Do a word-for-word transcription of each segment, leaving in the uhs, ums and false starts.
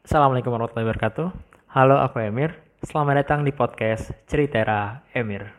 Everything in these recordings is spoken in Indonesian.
Assalamualaikum warahmatullahi wabarakatuh. Halo, aku Emir. Selamat datang di podcast Ceritera Emir.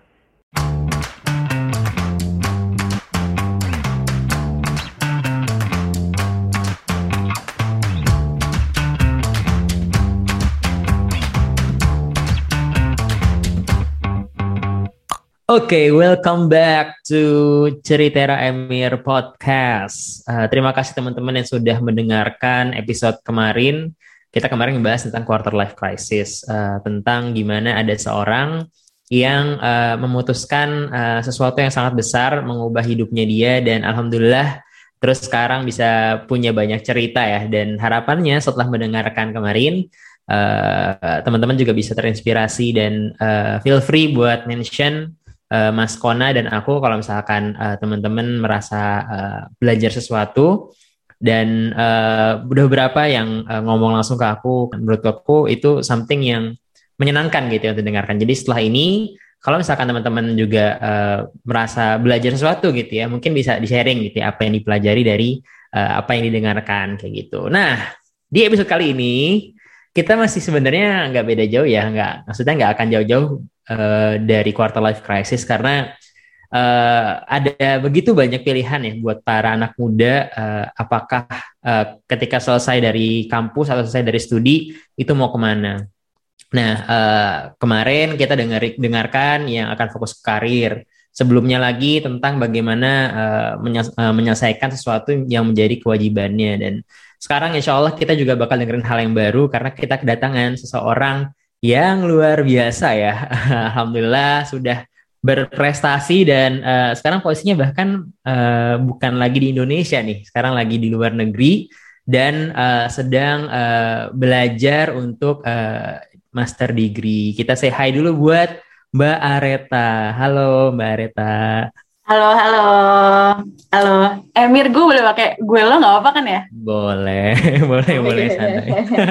Oke, welcome back to Ceritera Emir Podcast. Uh, terima kasih teman-teman yang sudah mendengarkan episode kemarin. Kita kemarin membahas tentang quarter life crisis, uh, tentang gimana ada seorang yang uh, memutuskan uh, sesuatu yang sangat besar, mengubah hidupnya dia, dan alhamdulillah terus sekarang bisa punya banyak cerita ya. Dan harapannya setelah mendengarkan kemarin, uh, teman-teman juga bisa terinspirasi dan uh, feel free buat mention uh, Mas Kona dan aku kalau misalkan uh, teman-teman merasa uh, belajar sesuatu. Dan uh, udah beberapa yang uh, ngomong langsung ke aku, menurut aku itu something yang menyenangkan gitu ya untuk dengarkan. Jadi setelah ini, kalau misalkan teman-teman juga uh, merasa belajar sesuatu gitu ya, mungkin bisa di-sharing gitu ya, apa yang dipelajari dari uh, apa yang didengarkan kayak gitu. Nah, di episode kali ini, kita masih sebenarnya nggak beda jauh ya, nggak, maksudnya nggak akan jauh-jauh uh, dari quarter life crisis, karena uh, ada begitu banyak pilihan ya buat para anak muda, uh, apakah uh, ketika selesai dari kampus atau selesai dari studi itu mau kemana. Nah, uh, kemarin kita dengar, dengarkan yang akan fokus ke karir. Sebelumnya lagi tentang bagaimana uh, menyes- uh, menyelesaikan sesuatu yang menjadi kewajibannya. Dan sekarang insya Allah kita juga bakal dengerin hal yang baru karena kita kedatangan seseorang yang luar biasa ya. Alhamdulillah sudah berprestasi dan uh, sekarang posisinya bahkan uh, bukan lagi di Indonesia nih, sekarang lagi di luar negeri dan uh, sedang uh, belajar untuk uh, master degree. Kita say hi dulu buat Mbak Areta. Halo Mbak Areta. Halo, halo, halo. Emir, gue boleh pakai gue lo nggak apa kan ya? Boleh, boleh, boleh santai.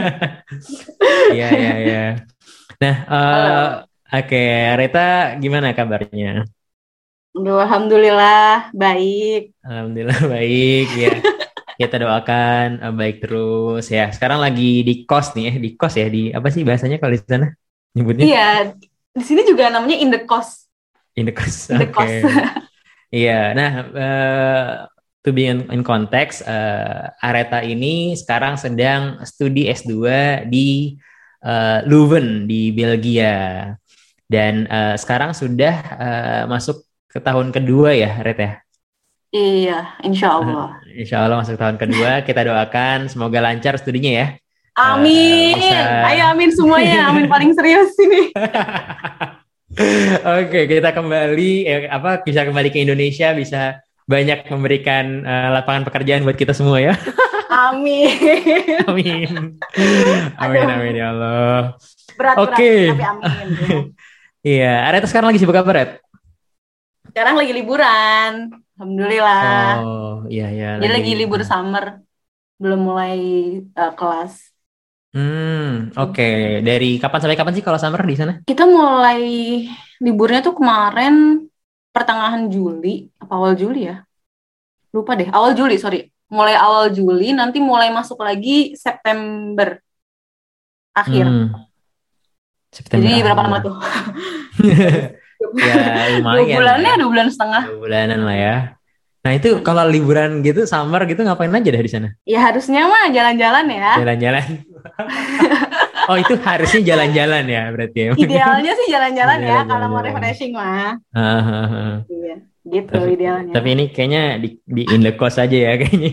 Iya, iya, iya. Nah, uh, Halo. oke, okay. Areta gimana kabarnya? Aduh, alhamdulillah baik. Alhamdulillah baik ya. Kita doakan uh, baik terus ya. Sekarang lagi di kos nih, eh di kos ya, di apa sih bahasanya kalau di sana nyebutnya? Iya, di sini juga namanya in the cost, In the kos. in the Oke. cost. Okay. Iya. Nah, uh, to be in, in context, uh, Areta ini sekarang sedang studi S dua di uh, Leuven di Belgia. Dan uh, sekarang sudah uh, masuk ke tahun kedua ya, Areta ya? Iya, insya Uh, Allah. Insya Allah masuk tahun kedua. Kita doakan semoga lancar studinya ya. Uh, bisa. Amin. Ayo amin semuanya. Amin paling serius ini. Oke, kita kembali eh, apa bisa kembali ke Indonesia, bisa banyak memberikan uh, lapangan pekerjaan buat kita semua ya. Amin. Amin. Amin, Aduh, amin ya Allah. berat-berat Oke. tapi amin. Ya. Iya, Areta sekarang lagi sibuk apa, Red? Sekarang lagi liburan. Alhamdulillah. Oh, iya ya, Jadi lagi lagi libur liburan. summer. Belum mulai uh, kelas. Hmm, oke. Dari kapan sampai kapan sih kalau summer di sana? Kita mulai liburnya tuh kemarin pertengahan Juli, apa awal Juli ya? Lupa deh, awal Juli, sorry. Mulai awal Juli, nanti mulai masuk lagi September akhir. Hmm, September Jadi berapa lama akhir. tuh? Ya, Dua lumayan lah bulannya, ya. dua bulan setengah. Dua bulanan lah ya. Nah, itu kalau liburan gitu summer gitu ngapain aja dah di sana? Ya harusnya mah jalan-jalan ya. Jalan-jalan. Oh, itu harusnya jalan-jalan ya berarti ya. Idealnya sih jalan-jalan ya, kalau mau Jalan-jalan. refreshing mah. Ah, ah, ah. Iya, gitu Tapi idealnya. tapi ini kayaknya di, di in the coast aja ya kayaknya.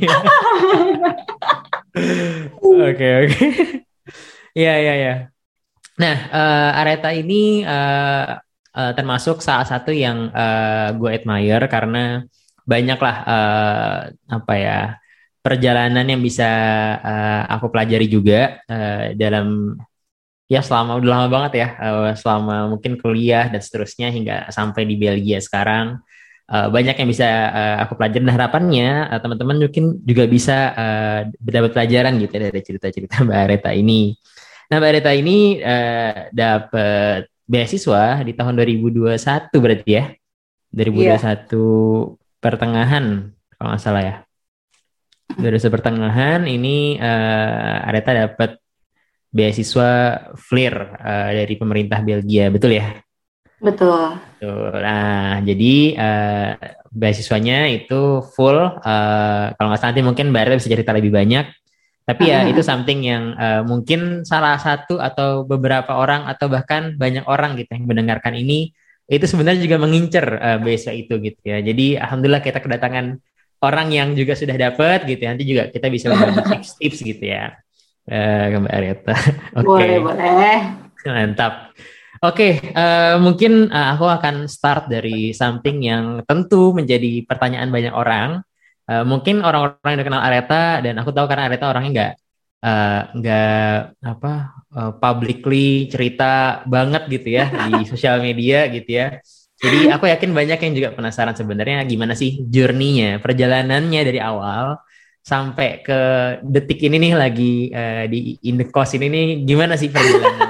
Oke, oke. Iya, iya, iya. Nah, eh, Areta ini eh, eh, termasuk salah satu yang eh, gue admire karena banyaklah eh, apa ya perjalanan yang bisa eh, aku pelajari juga eh, dalam ya selama udah lama banget ya, eh, selama mungkin kuliah dan seterusnya hingga sampai di Belgia sekarang. Eh, banyak yang bisa eh, aku pelajari dan harapannya eh, teman-teman mungkin juga bisa eh, dapat pelajaran gitu ya dari cerita-cerita Mbak Areta ini. Nah, Mbak Areta ini eh, dapat beasiswa di tahun dua ribu dua puluh satu berarti ya. Iya. dua ribu dua puluh satu pertengahan kalau nggak salah ya. dua ribu dua puluh satu pertengahan ini eh, Areta dapat beasiswa FLIR uh, dari pemerintah Belgia, betul ya? Betul. Tuh, nah, jadi uh, beasiswanya itu full. Uh, kalau nggak salah nanti mungkin Mbak Rita bisa cerita lebih banyak. Tapi ya itu something yang uh, mungkin salah satu atau beberapa orang atau bahkan banyak orang gitu yang mendengarkan ini itu sebenarnya juga mengincar uh, beasiswa itu gitu ya. Jadi alhamdulillah kita kedatangan orang yang juga sudah dapat gitu ya. Nanti juga kita bisa berbagi tips-tips gitu ya uh, ke Mbak Rita. Oke. Boleh, boleh. Mantap. Oke, okay, uh, mungkin uh, aku akan start dari something yang tentu menjadi pertanyaan banyak orang. Uh, mungkin orang-orang yang udah kenal Areta dan aku tahu karena Areta orangnya nggak uh, nggak apa uh, publicly cerita banget gitu ya di sosial media gitu ya. Jadi aku yakin banyak yang juga penasaran sebenarnya gimana sih journey-nya, perjalanannya dari awal sampai ke detik ini nih lagi uh, di Indekos ini nih gimana sih perjalanan?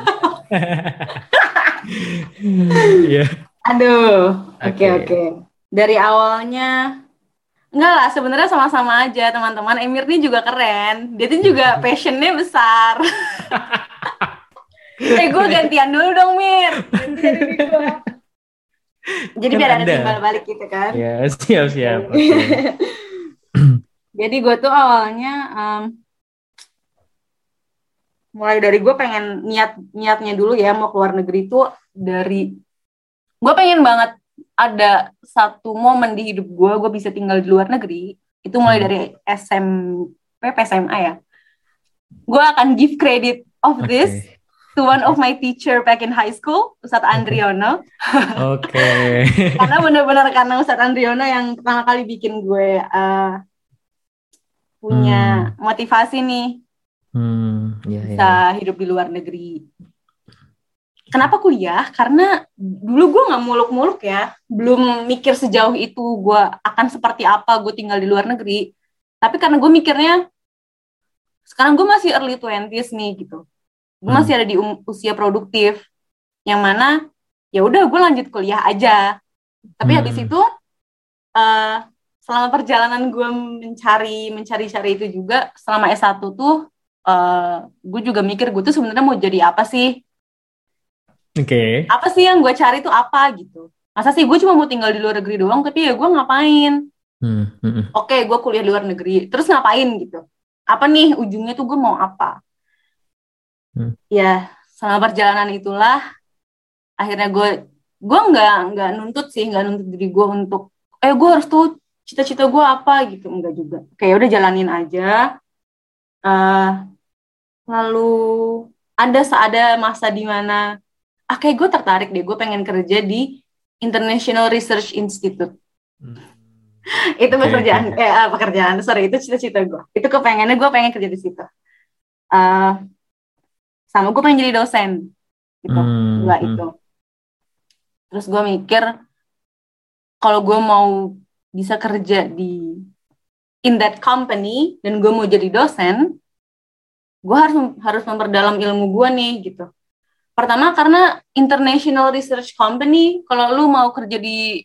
Yeah. Aduh, oke okay, oke. Okay. Dari awalnya enggak lah, sebenarnya sama-sama aja teman-teman. Emir ini juga keren. Dia tuh juga passionnya besar. eh gue gantian dulu dong Mir. Gantian dulu gue. Jadi kan biar ada timbal balik gitu kan. Ya siap siap. Okay. Jadi gue tuh awalnya um, mulai dari gue pengen niat niatnya dulu ya mau keluar negeri tuh dari gue pengen banget ada satu momen di hidup gue, gue bisa tinggal di luar negeri. Itu mulai dari S M P, S M A ya. Gue akan give credit of this okay. to one of my teacher back in high school, Ustadz Andriono. Oke. Okay. Karena benar-benar karena Ustadz Andriono yang pertama kali bikin gue uh, punya hmm. motivasi nih hmm, yeah, bisa yeah. hidup di luar negeri. Kenapa kuliah? Karena dulu gue gak muluk-muluk ya. Belum mikir sejauh itu gue akan seperti apa gue tinggal di luar negeri. Tapi karena gue mikirnya, sekarang gue masih early twenties nih gitu. Gue masih ada di um, usia produktif. Yang mana, ya udah gue lanjut kuliah aja. Tapi hmm. habis itu, uh, selama perjalanan gue mencari, mencari-cari itu juga, selama S satu tuh, uh, gue juga mikir gue tuh sebenarnya mau jadi apa sih? Oke. Okay. Apa sih yang gue cari tuh apa gitu? Masa sih gue cuma mau tinggal di luar negeri doang, tapi ya gue ngapain? Hmm. Hmm. Oke, okay, gue kuliah di luar negeri, terus ngapain gitu? Apa nih ujungnya tuh gue mau apa? Hmm. Ya, selama perjalanan itulah, akhirnya gue, gue nggak nggak nuntut sih, nggak nuntut diri gue untuk, eh gue harus tuh cita-cita gue apa gitu, enggak juga. Kayak udah jalanin aja. Uh, lalu ada ada masa di mana ah kayak gue tertarik deh, gue pengen kerja di International Research Institute. Hmm. itu okay, pekerjaan, okay. eh pekerjaan, sorry itu cita-cita gue. Itu kepengennya gue pengen kerja di situ. Uh, sama gue pengen jadi dosen, gitu, hmm. dua hmm. itu. Terus gue mikir kalau gue mau bisa kerja di in that company dan gue mau jadi dosen, gue harus harus memperdalam ilmu gue nih, gitu. Pertama karena international research company, kalau lu mau kerja di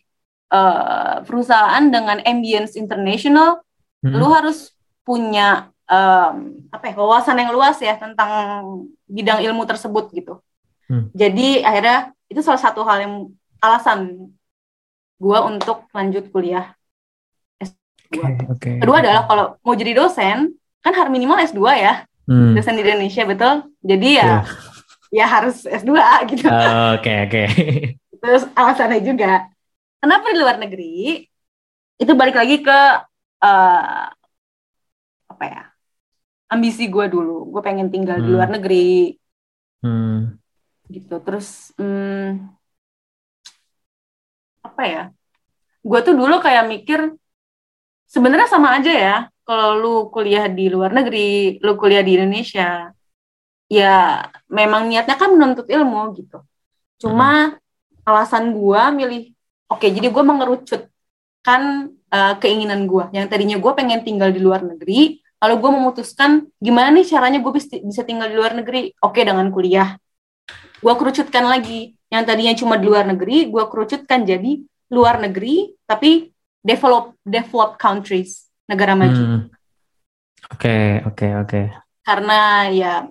uh, perusahaan dengan ambience international, hmm. lu harus punya um, apa ya, wawasan yang luas ya tentang bidang ilmu tersebut gitu. Hmm. Jadi akhirnya itu salah satu hal yang alasan gue untuk lanjut kuliah S dua. Okay, okay. Kedua adalah kalau mau jadi dosen, kan harus minimal S dua ya, hmm. dosen di Indonesia, betul? Jadi ya... Yeah. ya harus S dua gitu. Oke, oh, oke. Okay, okay. Terus alasannya juga, kenapa di luar negeri? Itu balik lagi ke, uh, apa ya, ambisi gue dulu. Gue pengen tinggal hmm. di luar negeri. Hmm. Gitu, terus, hmm, apa ya, gue tuh dulu kayak mikir, sebenarnya sama aja ya, kalau lu kuliah di luar negeri, lu kuliah di Indonesia, ya memang niatnya kan menuntut ilmu gitu. Cuma hmm. alasan gue milih, oke okay, jadi gue mengerucutkan uh, keinginan gue. Yang tadinya gue pengen tinggal di luar negeri, lalu gue memutuskan gimana nih caranya gue bisa tinggal di luar negeri. Oke okay, dengan kuliah. Gue kerucutkan lagi. Yang tadinya cuma di luar negeri, gue kerucutkan jadi luar negeri, tapi develop developed countries, negara maju. Oke, oke, oke. Karena ya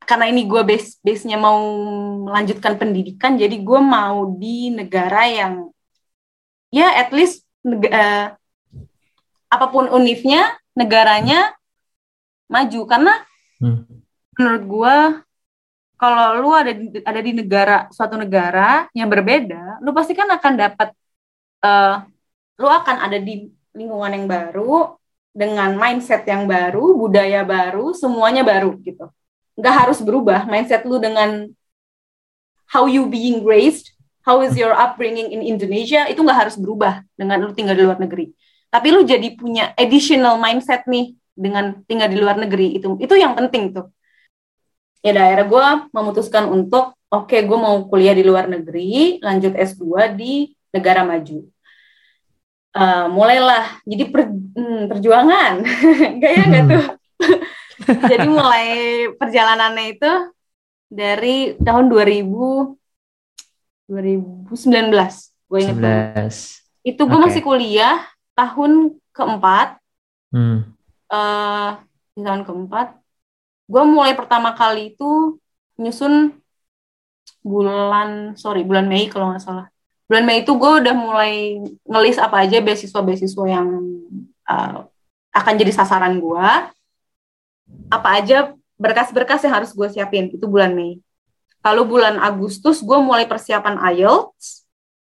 karena ini gue base base-nya mau melanjutkan pendidikan, jadi gue mau di negara yang ya at least neg- uh, apapun univnya, negaranya maju. Karena hmm. menurut gue kalau lu ada di, ada di negara suatu negara yang berbeda, lu pasti kan akan dapat uh, lu akan ada di lingkungan yang baru dengan mindset yang baru, budaya baru, semuanya baru gitu. Nggak harus berubah mindset lu dengan how you being raised, how is your upbringing in Indonesia, itu nggak harus berubah dengan lu tinggal di luar negeri. Tapi lu jadi punya additional mindset nih dengan tinggal di luar negeri, itu itu yang penting tuh. Ya daerah gue memutuskan untuk oke okay, gue mau kuliah di luar negeri, lanjut S dua di negara maju. Uh, mulailah jadi per, hmm, perjuangan enggak ya enggak tuh. Jadi mulai perjalanannya itu dari tahun dua ribu sembilan belas gue ingat banget. Itu gue okay. masih kuliah tahun keempat. hmm. uh, di tahun keempat gue mulai pertama kali itu nyusun bulan sorry bulan Mei kalau nggak salah. Bulan Mei itu gue udah mulai ngelis apa aja beasiswa-beasiswa yang uh, akan jadi sasaran gue. Apa aja berkas-berkas yang harus gue siapin, itu bulan Mei. Kalau bulan Agustus gue mulai persiapan I E L T S.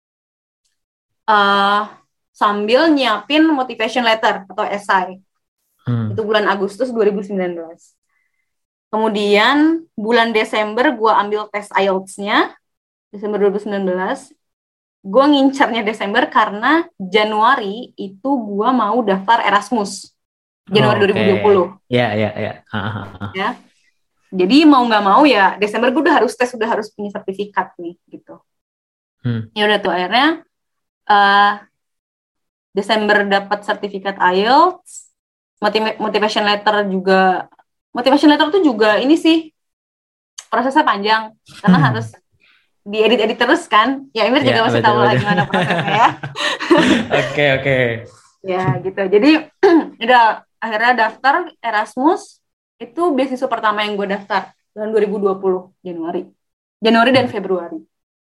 Uh, sambil nyiapin motivation letter atau esai. Hmm. Itu bulan Agustus dua ribu sembilan belas. Kemudian bulan Desember gue ambil tes I E L T S-nya. Desember dua ribu sembilan belas. Gue ngincarnya Desember karena Januari itu gue mau daftar Erasmus. Januari oh, okay. dua ribu dua puluh. Iya, iya, iya. Ya. Jadi mau nggak mau ya Desember gue udah harus tes, udah harus punya sertifikat nih gitu. Hmm. Ya udah tuh akhirnya uh, Desember dapat sertifikat I E L T S, motiv- motivation letter juga. Motivation letter tuh juga ini sih prosesnya panjang karena hmm. harus diedit-edit terus kan. Ya Emir juga ya, masih betul, tahu betul. lah gimana prosesnya ya. Oke, oke. Ya gitu. Jadi udah akhirnya daftar Erasmus. Itu beasiswa pertama yang gue daftar tahun dua ribu dua puluh Januari. Januari dan Februari.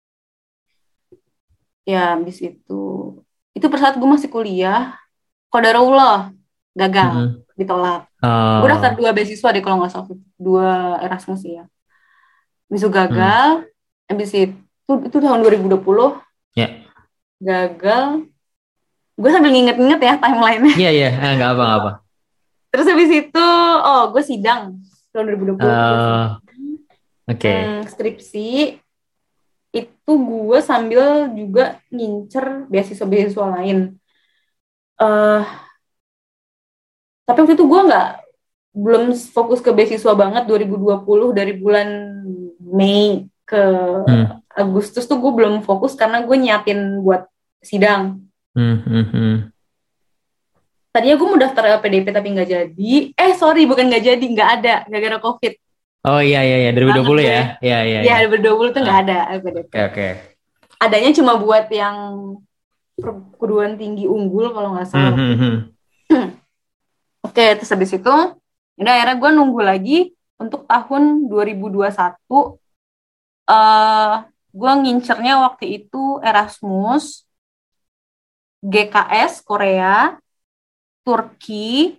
Ya habis itu itu per saat gue masih kuliah, qadarullah gagal, mm-hmm. ditolak. Uh. Gue daftar dua beasiswa deh kalau nggak salah, dua Erasmus ya. Habis itu gagal. Mm. Habis itu itu tahun dua ribu dua puluh. Ya. Yeah. Gagal. Gue sambil nginget-nginget ya timeline-nya. Iya, yeah, iya, yeah. nggak apa, nggak apa. Terus habis itu, oh gue sidang tahun dua ribu dua puluh. Uh, Oke. Okay. Hmm, skripsi itu gue sambil juga ngincer beasiswa-beasiswa lain. Uh, tapi waktu itu gue nggak belum fokus ke beasiswa banget. Dua ribu dua puluh dari bulan Mei ke hmm. Agustus tuh gue belum fokus karena gue nyiapin buat sidang. Hmm, hmm, hmm. Tadinya gue mau daftar L P D P tapi nggak jadi. Eh sorry bukan nggak jadi, nggak ada gara-gara COVID. Oh iya iya iya dua ribu dua puluh ya. Iya iya. Iya dua ribu dua puluh tuh nggak ah. ada L P D P. Oke okay, oke. Okay. Adanya cuma buat yang perguruan tinggi unggul kalau nggak salah. Hmm, hmm, hmm. Oke okay, terus habis itu, udah akhirnya gue nunggu lagi untuk tahun dua ribu dua puluh satu. Uh, gue ngincernya waktu itu Erasmus, G K S Korea, Turki,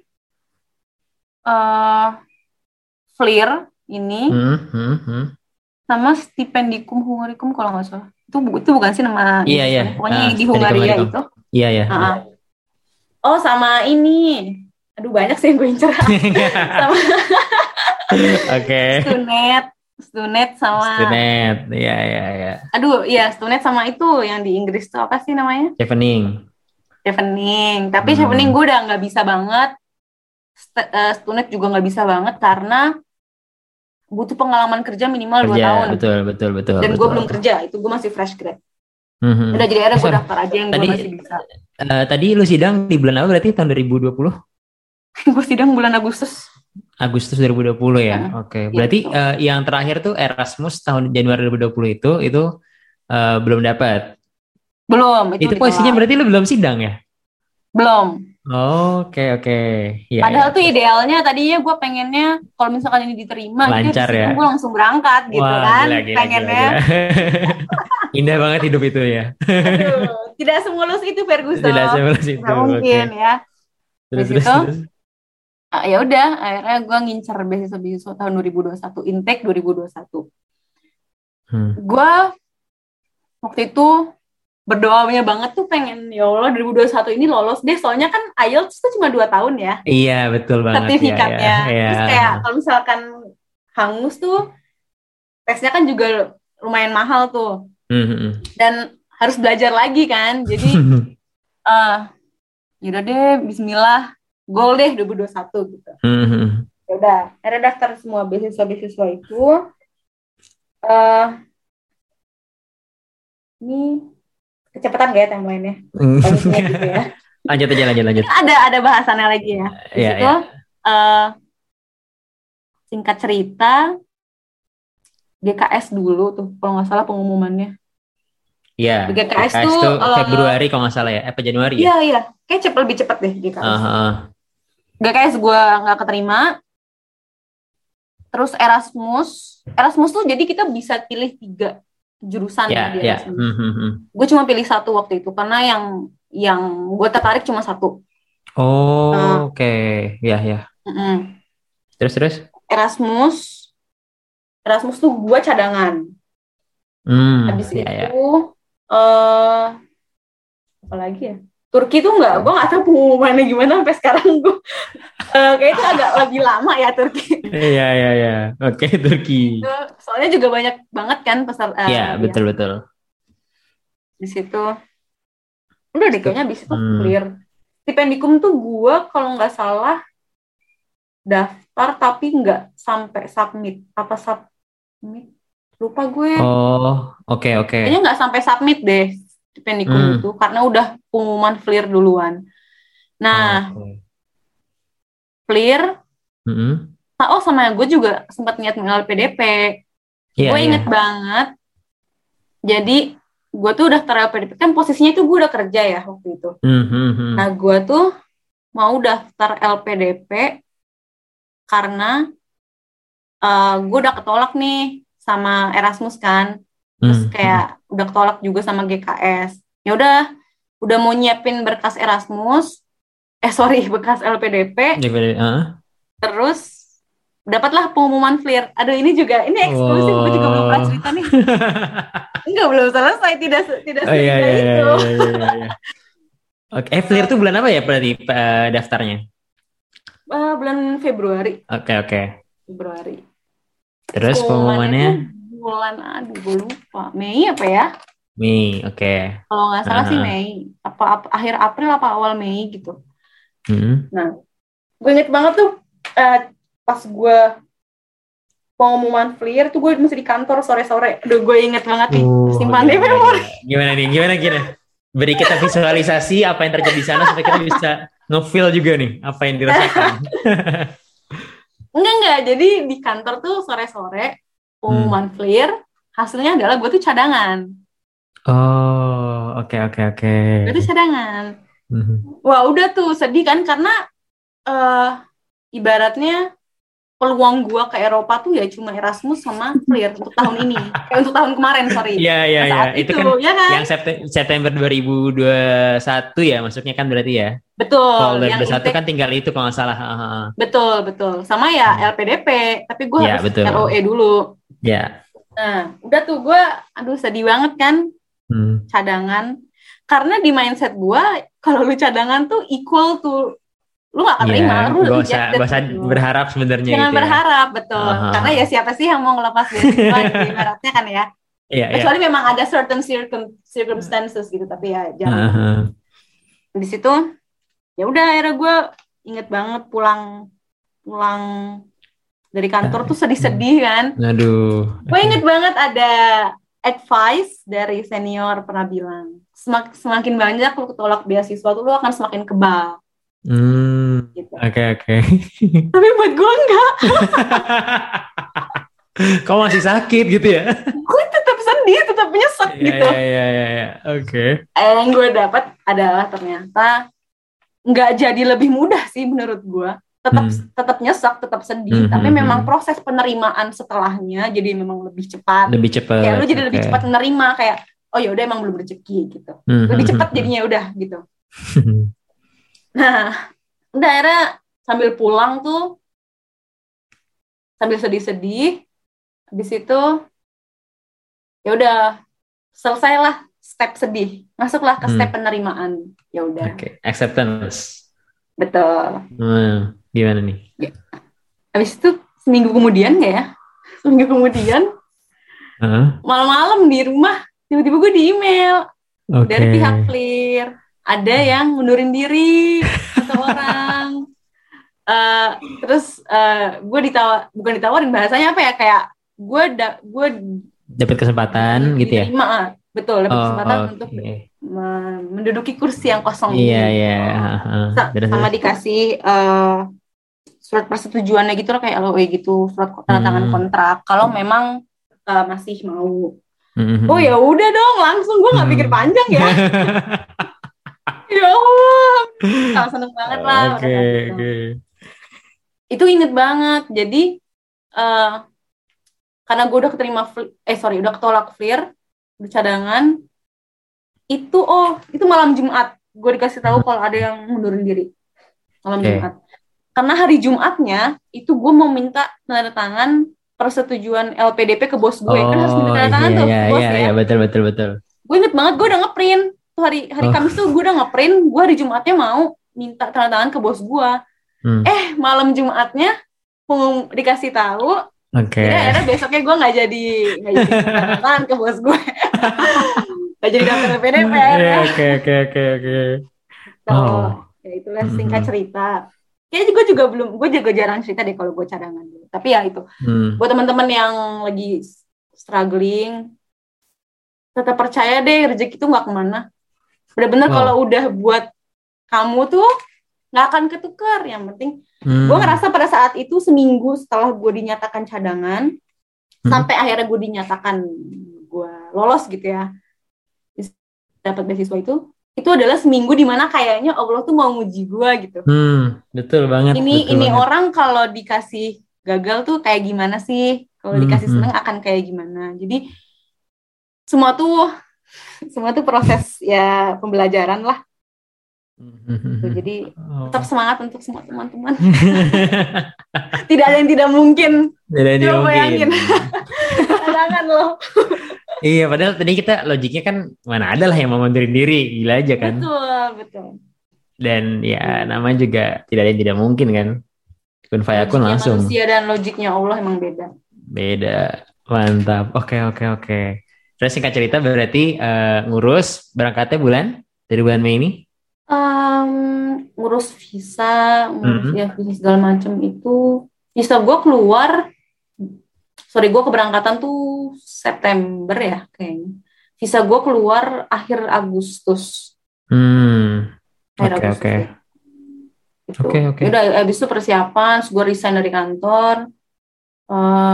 uh, F L I R ini, hmm, hmm, hmm. sama Stipendikum Hungarikum kalau nggak salah. Itu, itu bukan sih nama, iya, iya. pokoknya uh, di Hungaria itu. Iya iya. Uh-huh. Oh sama ini, aduh banyak sih yang gue incer. Sama. Oke. Stunet. Stunet sama Stunet, iya iya iya. Aduh, iya Stunet sama itu yang di Inggris tuh apa sih namanya? Chevening. Chevening, tapi hmm. Chevening gue udah nggak bisa banget. St- uh, Stunet juga nggak bisa banget karena butuh pengalaman kerja minimal dua tahun. Betul betul betul. Dan gue belum kerja, itu gue masih fresh grad. Mm-hmm. Udah jadi akhirnya gue daftar aja yang gue masih bisa. Uh, tadi lu sidang di bulan apa berarti tahun dua ribu dua puluh? Gue sidang bulan Agustus. Agustus dua ribu dua puluh ya, hmm. oke. Okay. Berarti ya, uh, yang terakhir tuh Erasmus tahun Januari dua ribu dua puluh itu itu uh, belum dapat. Belum. Itu, itu posisinya berarti lu belum sidang ya? Belum. Oke oke. Iya ya. Padahal tuh idealnya tadinya gue pengennya kalau misalkan ini diterima gitu Lancar habis itu ya. gue langsung berangkat gitu Wah, kan gila gila gila pengennya. gila. Indah banget hidup itu ya. Aduh, tidak semulus itu Tidak Ferguson. sebelas itu. Nggak Oke. mungkin ya. Terus Habis terus itu terus. ah, ya udah akhirnya gue ngincer beasiswa-beasiswa tahun dua ribu dua puluh satu, intake dua ribu dua puluh satu. Hmm. Gue waktu itu berdoanya banget tuh pengen ya Allah dua ribu dua puluh satu ini lolos deh soalnya kan I E L T S tuh cuma dua tahun ya Iya betul banget ya ya sertifikatnya. ya. Terus kayak kalau misalkan hangus tuh tesnya kan juga lumayan mahal tuh Hmm. dan harus belajar lagi kan. Jadi uh, yaudah deh Bismillah goal deh dua ribu dua puluh satu gitu. Hmm. Ya udah akhirnya daftar semua beasiswa-beasiswa itu. Uh, ini kecepatan gak ya timeline-nya? Kalau gitu ya. Lanjut aja lanjut lanjut. Ada ada bahasannya lagi ya. Di Iya situ iya. uh, singkat cerita G K S dulu tuh kalau nggak salah pengumumannya. Iya. G K S G K S tuh tuh uh, Februari kalau nggak salah ya. Eh, apa Januari ya? iya iya, kayak cepet lebih cepet deh G K S. Uh, uh. G K S gue nggak keterima. Terus Erasmus, Erasmus tuh jadi kita bisa pilih tiga jurusan Ya ya di ya. Erasmus. Hmm, hmm, hmm. Gue cuma pilih satu waktu itu karena yang yang gue tertarik cuma satu. Oh Nah, oke ya ya. mm-mm. Terus terus. Erasmus, Erasmus tuh gue cadangan. Hmm Habis ya itu, ya. eh apa lagi ya? Turki tuh nggak, gue nggak tahu pengumumannya gimana sampai sekarang gue. Uh, kayak itu agak lebih lama ya Turki. Iya iya iya. Oke Turki. Soalnya juga banyak banget kan peserta. Iya Uh, betul betul. di situ, udah deh kayaknya habis itu Hmm. clear. Stipendikum tuh gue kalau nggak salah daftar tapi nggak sampai submit. Apa submit? Lupa gue. Oh oke oke. Kayaknya nggak sampai submit deh stipendikum Hmm. itu karena udah pengumuman clear duluan. Nah, Oke. clear. Hmm. Nah, oh sama gue juga sempat niat mengenal P D P. Iya Gue iya. inget banget. Jadi gue tuh udah daftar L P D P kan posisinya itu gue udah kerja ya waktu itu. Hmm, hmm, hmm. Nah gue tuh mau daftar L P D P karena uh, gue udah ketolak nih sama Erasmus kan. Terus Hmm, kayak udah ketolak juga sama G K S. Ya udah, udah mau nyiapin berkas Erasmus. Eh sorry, bekas L P D P. hmm. Uh. Terus dapatlah pengumuman clear. Aduh ini juga, ini eksklusif. Oh. Gue juga belum pernah cerita nih. Enggak, belum selesai. Tidak tidak Oh iya seindah iya iya itu. iya iya. iya. Oke, eh, Clear tuh bulan apa ya berarti uh, daftarnya? Uh, bulan Februari. Oke oke. Februari. Terus pengumumannya? tuh bulan, aduh gue lupa. Mei apa ya? Mei, oke. Kalau nggak salah sih Uh-huh. Mei. Apa, apa akhir April apa awal Mei gitu. Hmm. Nah, gue inget banget tuh uh, pas gue pengumuman clear tuh gue masih di kantor sore-sore. Aduh, gue inget banget nih. Uh, Simpan di gimana, memori. gimana, gimana nih? Gimana gimana? Beri kita visualisasi apa yang terjadi di sana supaya kita bisa nge-feel juga nih apa yang dirasakan. Enggak, enggak. Jadi di kantor tuh sore-sore pengumuman Hmm. clear, hasilnya adalah gue tuh cadangan. Oh, oke oke oke. Gue tuh cadangan. Hmm. Wah, udah tuh sedih kan karena uh, ibaratnya peluang gue ke Eropa tuh ya cuma Erasmus sama clear untuk tahun ini. Eh, untuk tahun kemarin, sorry. Iya iya iya. Saat Itu itu, kan ya kan? yang Septe- September dua ribu dua puluh satu ya, maksudnya kan berarti ya. Betul. Kalau Yang dua ribu dua puluh satu intake, kan tinggal itu kalau nggak salah. Ah, ah, ah. betul, betul. Sama ya L P D P, tapi gue Ya, harus betul. R O E dulu. Ya. Nah, udah tuh gue, aduh sedih banget kan Hmm. cadangan. Karena di mindset gue, kalau lu cadangan tuh equal tuh lu gak Iya, keterima, lu gak usah, rejected gak usah gitu. berharap sebenarnya Jangan gitu ya. berharap, betul. Aha. Karena ya siapa sih yang mau ngelepas beasiswa gitu, ibaratnya kan ya. Iya, iya. Kecuali memang ada certain circum, circumstances gitu, tapi ya jangan. Aha. Di situ, ya udah akhirnya gue inget banget pulang pulang dari kantor tuh sedih-sedih kan. Aduh. Gue inget banget ada advice dari senior pernah bilang, semak, semakin banyak lu ketolak beasiswa tuh lu akan semakin kebal. Hmm. Gitu. Oke oke. Tapi buat gue enggak. Kau masih sakit gitu ya? Gue tetap sedih, tetap nyesek Iya gitu. iya iya iya. Oke. Eh, yang gue dapat adalah ternyata nggak jadi lebih mudah sih menurut gue. Tetap Hmm. tetap nyesek, tetap sedih, Hmm, tapi hmm, memang hmm. proses penerimaan setelahnya jadi memang lebih cepat. Lebih Kayak cepat, lu jadi oke. lebih cepat menerima kayak oh ya udah emang belum rezeki gitu. Hmm, hmm, Lebih hmm, cepat hmm. jadinya udah gitu. Nah, udah akhirnya sambil pulang tuh sambil sedih-sedih, habis itu ya udah selesailah step sedih, masuklah ke step Hmm, penerimaan. Ya udah, oke. Acceptance. betul. Hmm, gimana nih? Ya. Habis itu seminggu kemudian nggak ya? Seminggu kemudian Hah? malam-malam di rumah tiba-tiba gue di email dari Oke. pihak Clear ada yang mundurin diri satu orang. Eh, terus eh, gue ditawar bukan ditawarin bahasanya apa ya kayak gue da, gue Dapat kesempatan gitu ya? diterima ah, betul dapat Oh, kesempatan untuk oke. me- menduduki kursi yang kosong Iya, ini iya. gitu. Heeh. Sa- Terus, sama terus. dikasih eh, surat persetujuannya gitu loh kayak L O E gitu surat tanda tangan Hmm. kontrak kalau memang eh, masih mau. Hmm, hmm, Oh hmm. ya udah dong langsung gue nggak pikir Hmm. panjang ya. Ya Allah sangat seneng banget lah pada Oke, saat itu. oke. Itu inget banget jadi eh, karena gue udah keterima fl- eh sorry udah ketolak Flir udah cadangan itu oh itu malam Jumat gue dikasih tahu kalau ada yang mundurin diri malam Oke. Jumat karena hari Jumatnya itu gue mau minta tanda tangan persetujuan L P D P ke bos gue kan harus minta Oh, tanda tangan iya, tuh iya, ke bos iya, ya iya, betul, betul, betul. gue inget banget gue udah ngeprint tuh hari hari Oh, Kamis tuh gue udah ngeprint gue hari Jumatnya mau minta tanda tangan ke bos gue hmm. eh malam Jumatnya pengum- dikasih tahu Oke. jadi akhirnya besoknya gue nggak jadi nggak jadi minta tanda tangan ke bos gue nggak jadi daftar L P D P Iya, akhirnya. oke, oke, oke, oke. So, Wow. ya itulah singkat Mhm. cerita. Kayaknya gue juga belum, gue juga jarang cerita deh kalau gue cadangan dulu. Tapi ya itu, Hmm. buat teman-teman yang lagi struggling, tetap percaya deh rezeki itu nggak kemana. Bener-bener Wow. kalau udah buat kamu tuh nggak akan ketukar. Yang penting, Hmm. gue ngerasa pada saat itu seminggu setelah gue dinyatakan cadangan, Hmm. sampai akhirnya gue dinyatakan gue lolos gitu ya, dapat beasiswa itu, itu adalah seminggu dimana kayaknya Allah tuh mau nguji gue gitu. Hmm. Betul banget, Ini betul ini banget. orang kalau dikasih gagal tuh kayak gimana sih? Kalau Hmm. dikasih Hmm. seneng akan kayak gimana? Jadi semua tuh semua tuh proses ya pembelajaran lah. Gitu. Hmm. Jadi Oh. tetap semangat untuk semua teman-teman. Tidak ada yang tidak mungkin. Jadi Coba mungkin. bayangin. Cadangan loh. Iya, padahal tadi kita logiknya kan mana ada lah yang mau mundurin diri, gila aja kan. Betul, betul. Dan ya namanya juga tidak ada yang tidak mungkin kan. Kun fayakun Logiknya langsung. manusia dan logiknya Allah emang beda. Beda. Mantap. Oke, oke, oke. Terus singkat cerita berarti eh, ngurus berangkatnya bulan dari bulan Mei ini? Um, ngurus visa, ngurus Mhm. ya visa segala macam itu. Visa gue keluar, sorry gue keberangkatan tuh September ya kayaknya. Visa gue keluar akhir Agustus, Hmm. akhir Oke, Agustus oke. ya. Gitu. Oke, oke. Udah abis itu persiapan, gue resign dari kantor, uh,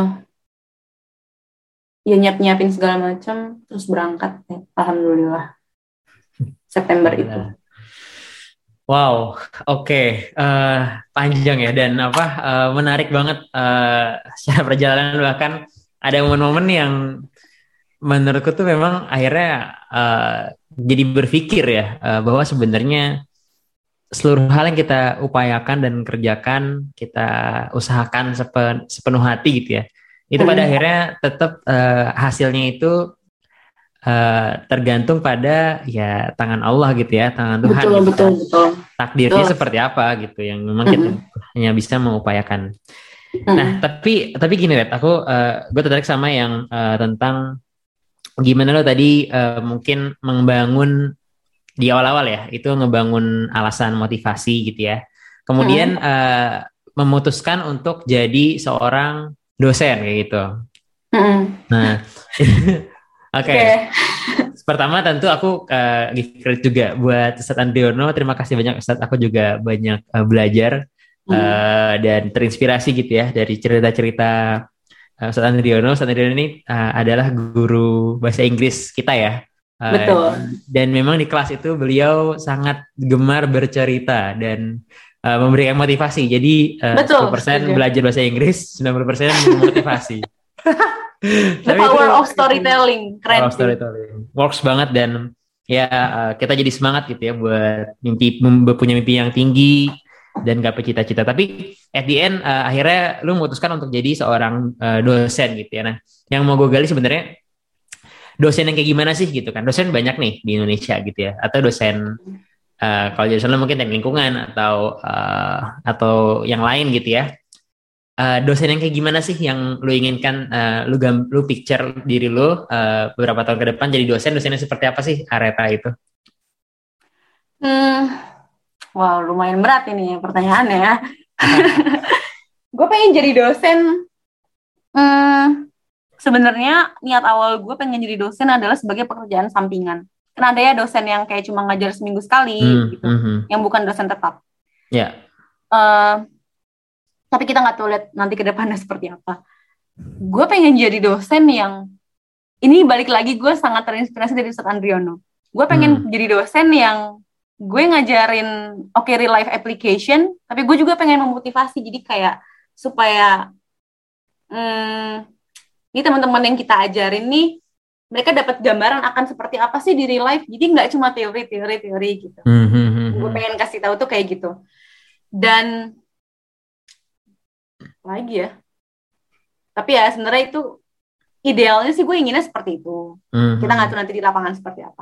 ya nyiap-nyiapin segala macam, terus berangkat. Ya. Alhamdulillah September itu. Wow, oke, Eh, panjang ya dan apa eh, menarik banget eh, secara perjalanan bahkan ada momen-momen yang menurutku tuh memang akhirnya eh, jadi berpikir ya eh, bahwa sebenarnya seluruh hal yang kita upayakan dan kerjakan kita usahakan sepen- sepenuh hati gitu ya, itu pada Hmm. akhirnya tetap eh, hasilnya itu eh, tergantung pada ya tangan Allah gitu ya, tangan Tuhan Betul, gitu betul, kan. betul. Takdirnya Betul. seperti apa gitu yang memang kita Mm-mm. hanya bisa mengupayakan. Mm-mm. Nah, tapi tapi gini Red, aku eh, gue tertarik sama yang eh, tentang gimana lo tadi eh, mungkin membangun di awal-awal ya, itu ngebangun alasan motivasi gitu ya. Kemudian Mm-mm. eh, memutuskan untuk jadi seorang dosen kayak gitu. Mm-mm. Nah, oke. Oke. Pertama tentu aku uh, give credit juga buat Ustadz Andriono. Terima kasih banyak Ustadz. Aku juga banyak uh, belajar uh, Mm. dan terinspirasi gitu ya dari cerita-cerita uh, Ustadz Andriono. Ustadz Andriono ini uh, adalah guru bahasa Inggris kita ya. Uh, Betul. Dan memang di kelas itu beliau sangat gemar bercerita dan uh, memberikan motivasi. Jadi uh, Betul, sepuluh persen setuju. belajar bahasa Inggris, sembilan puluh persen memotivasi. The Tapi power itu- of storytelling, keren Power of sih. storytelling. Works banget dan ya uh, kita jadi semangat gitu ya buat mimpi mem- punya mimpi yang tinggi dan gapai cita-cita. Tapi at the end uh, akhirnya lu memutuskan untuk jadi seorang uh, dosen gitu ya. Nah, yang mau gue gali sebenarnya dosen yang kayak gimana sih gitu kan? Dosen banyak nih di Indonesia gitu ya. Atau dosen uh, kalau dosen lu mungkin teknik lingkungan atau uh, atau yang lain gitu ya. Uh, dosen yang kayak gimana sih yang lu inginkan, uh, lu gam, lu picture diri lu uh, beberapa tahun ke depan jadi dosen, dosennya seperti apa sih Areta itu? Hmm, wow, lumayan berat ini pertanyaannya ya. Gue pengen jadi dosen. Hmm, sebenarnya niat awal gue pengen jadi dosen adalah sebagai pekerjaan sampingan. Karena ada ya dosen yang kayak cuma ngajar seminggu sekali Hmm, gitu, mhm. yang bukan dosen tetap. Ya, Eh, tapi kita nggak tahu lihat nanti ke depannya seperti apa. Gue pengen jadi dosen yang ini balik lagi gue sangat terinspirasi dari Ustadz Andriono. Gue pengen Hmm. jadi dosen yang gue ngajarin oke real life application, tapi gue juga pengen memotivasi. Jadi kayak supaya hmm, ini teman-teman yang kita ajarin nih mereka dapat gambaran akan seperti apa sih di real life. Jadi nggak cuma teori, teori, teori gitu. Hmm, hmm, hmm, Gue hmm. pengen kasih tahu tuh kayak gitu. Dan lagi ya. Tapi ya sebenarnya itu idealnya sih gue inginnya seperti itu. Hmm, Kita nggak hmm. tahu nanti di lapangan seperti apa.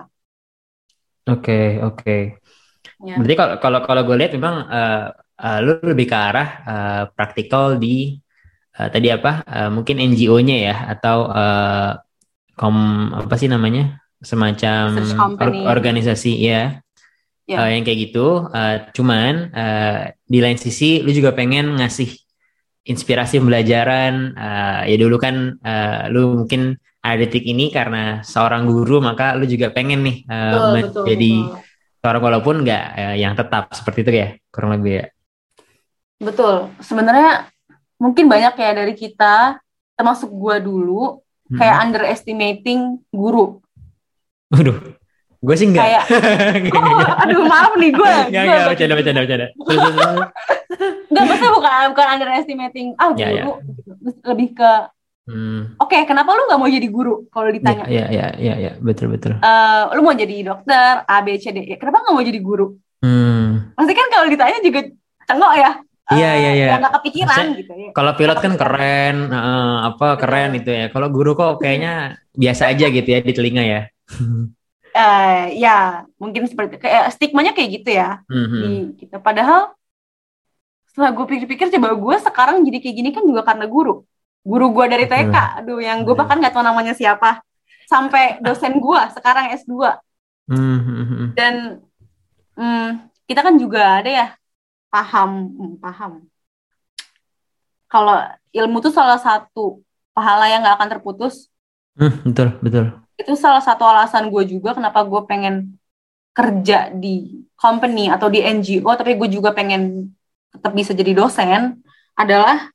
Oke, oke. Ya. Berarti kalau kalau kalau gue lihat memang uh, uh, lu lebih ke arah uh, praktikal di uh, tadi apa? Uh, mungkin N G O-nya ya atau uh, kom apa sih namanya? Semacam Research or- company. organisasi ya. Ya. Uh, yang kayak gitu. Uh, cuman uh, di lain sisi lu juga pengen ngasih inspirasi pembelajaran. Uh, ya dulu kan uh, lu mungkin ada detik ini karena seorang guru, maka lu juga pengen nih uh, Betul, betul, menjadi betul. seorang walaupun nggak uh, yang tetap seperti itu ya kurang lebih ya. Betul. Sebenarnya mungkin banyak ya dari kita, termasuk gue dulu, Hmm. kayak underestimating guru. Waduh, gue sih enggak. Kayak, oh, aduh maaf nih gue. Enggak, gue enggak, bagi- bercanda, bercanda, bercanda. Terus, terus, terus. Enggak, maksudnya bukan, bukan underestimating, ah Ya, guru. Gitu. Lebih ke, Hmm. oke kenapa lu gak mau jadi guru kalau Ya, ditanya? ya, ya, ya, ya, betul, betul. Eh, lu mau jadi dokter, A, B, C, D, E. Kenapa gak mau jadi guru? Hmm. Maksudnya kan kalau ditanya juga cengok ya. Iya, iya, iya. Ya gak kepikiran Maksudnya, gitu ya. Kalau pilot kan Kepikiran. keren, uh, apa Betul. keren itu ya. Kalau guru kok kayaknya biasa aja gitu ya di telinga ya. Eh, ya mungkin seperti kayak stigmanya kayak gitu ya Hmm, hmm. di kita. Padahal setelah gue pikir-pikir coba gue sekarang jadi kayak gini kan juga karena guru. Guru gue dari T K, aduh yang gue bahkan nggak tahu namanya siapa. Sampai dosen gue sekarang S dua. Hmm, hmm, hmm. Dan hmm, kita kan juga ada ya paham, hmm, paham. Kalau ilmu tuh salah satu pahala yang nggak akan terputus. Hmm, betul, betul. Itu salah satu alasan gue juga kenapa gue pengen kerja di company atau di N G O, tapi gue juga pengen tetap bisa jadi dosen, adalah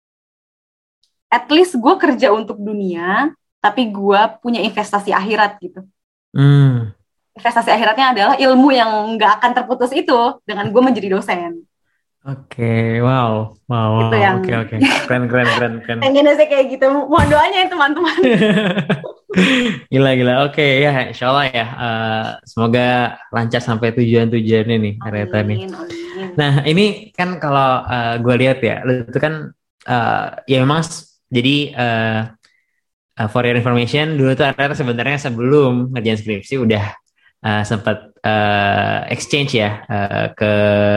at least gue kerja untuk dunia, tapi gue punya investasi akhirat gitu. Hmm. Investasi akhiratnya adalah ilmu yang nggak akan terputus itu dengan gue menjadi dosen. Oke, wow, wow, Itu wow. yang- Oke, oke, keren, keren, keren, keren. Pengennya sih kayak gitu. Mohon doanya ya teman-teman. Gila, gila. Oke, ya, insya Allah ya. Uh, semoga lancar sampai tujuan-tujuannya nih, Areta nih. Amin, amin. Nah, ini kan kalau uh, gue lihat ya, lu itu kan uh, ya memang s- jadi uh, uh, for your information, dulu tuh Areta sebenarnya sebelum ngerjain skripsi udah uh, sempat uh, exchange ya uh, ke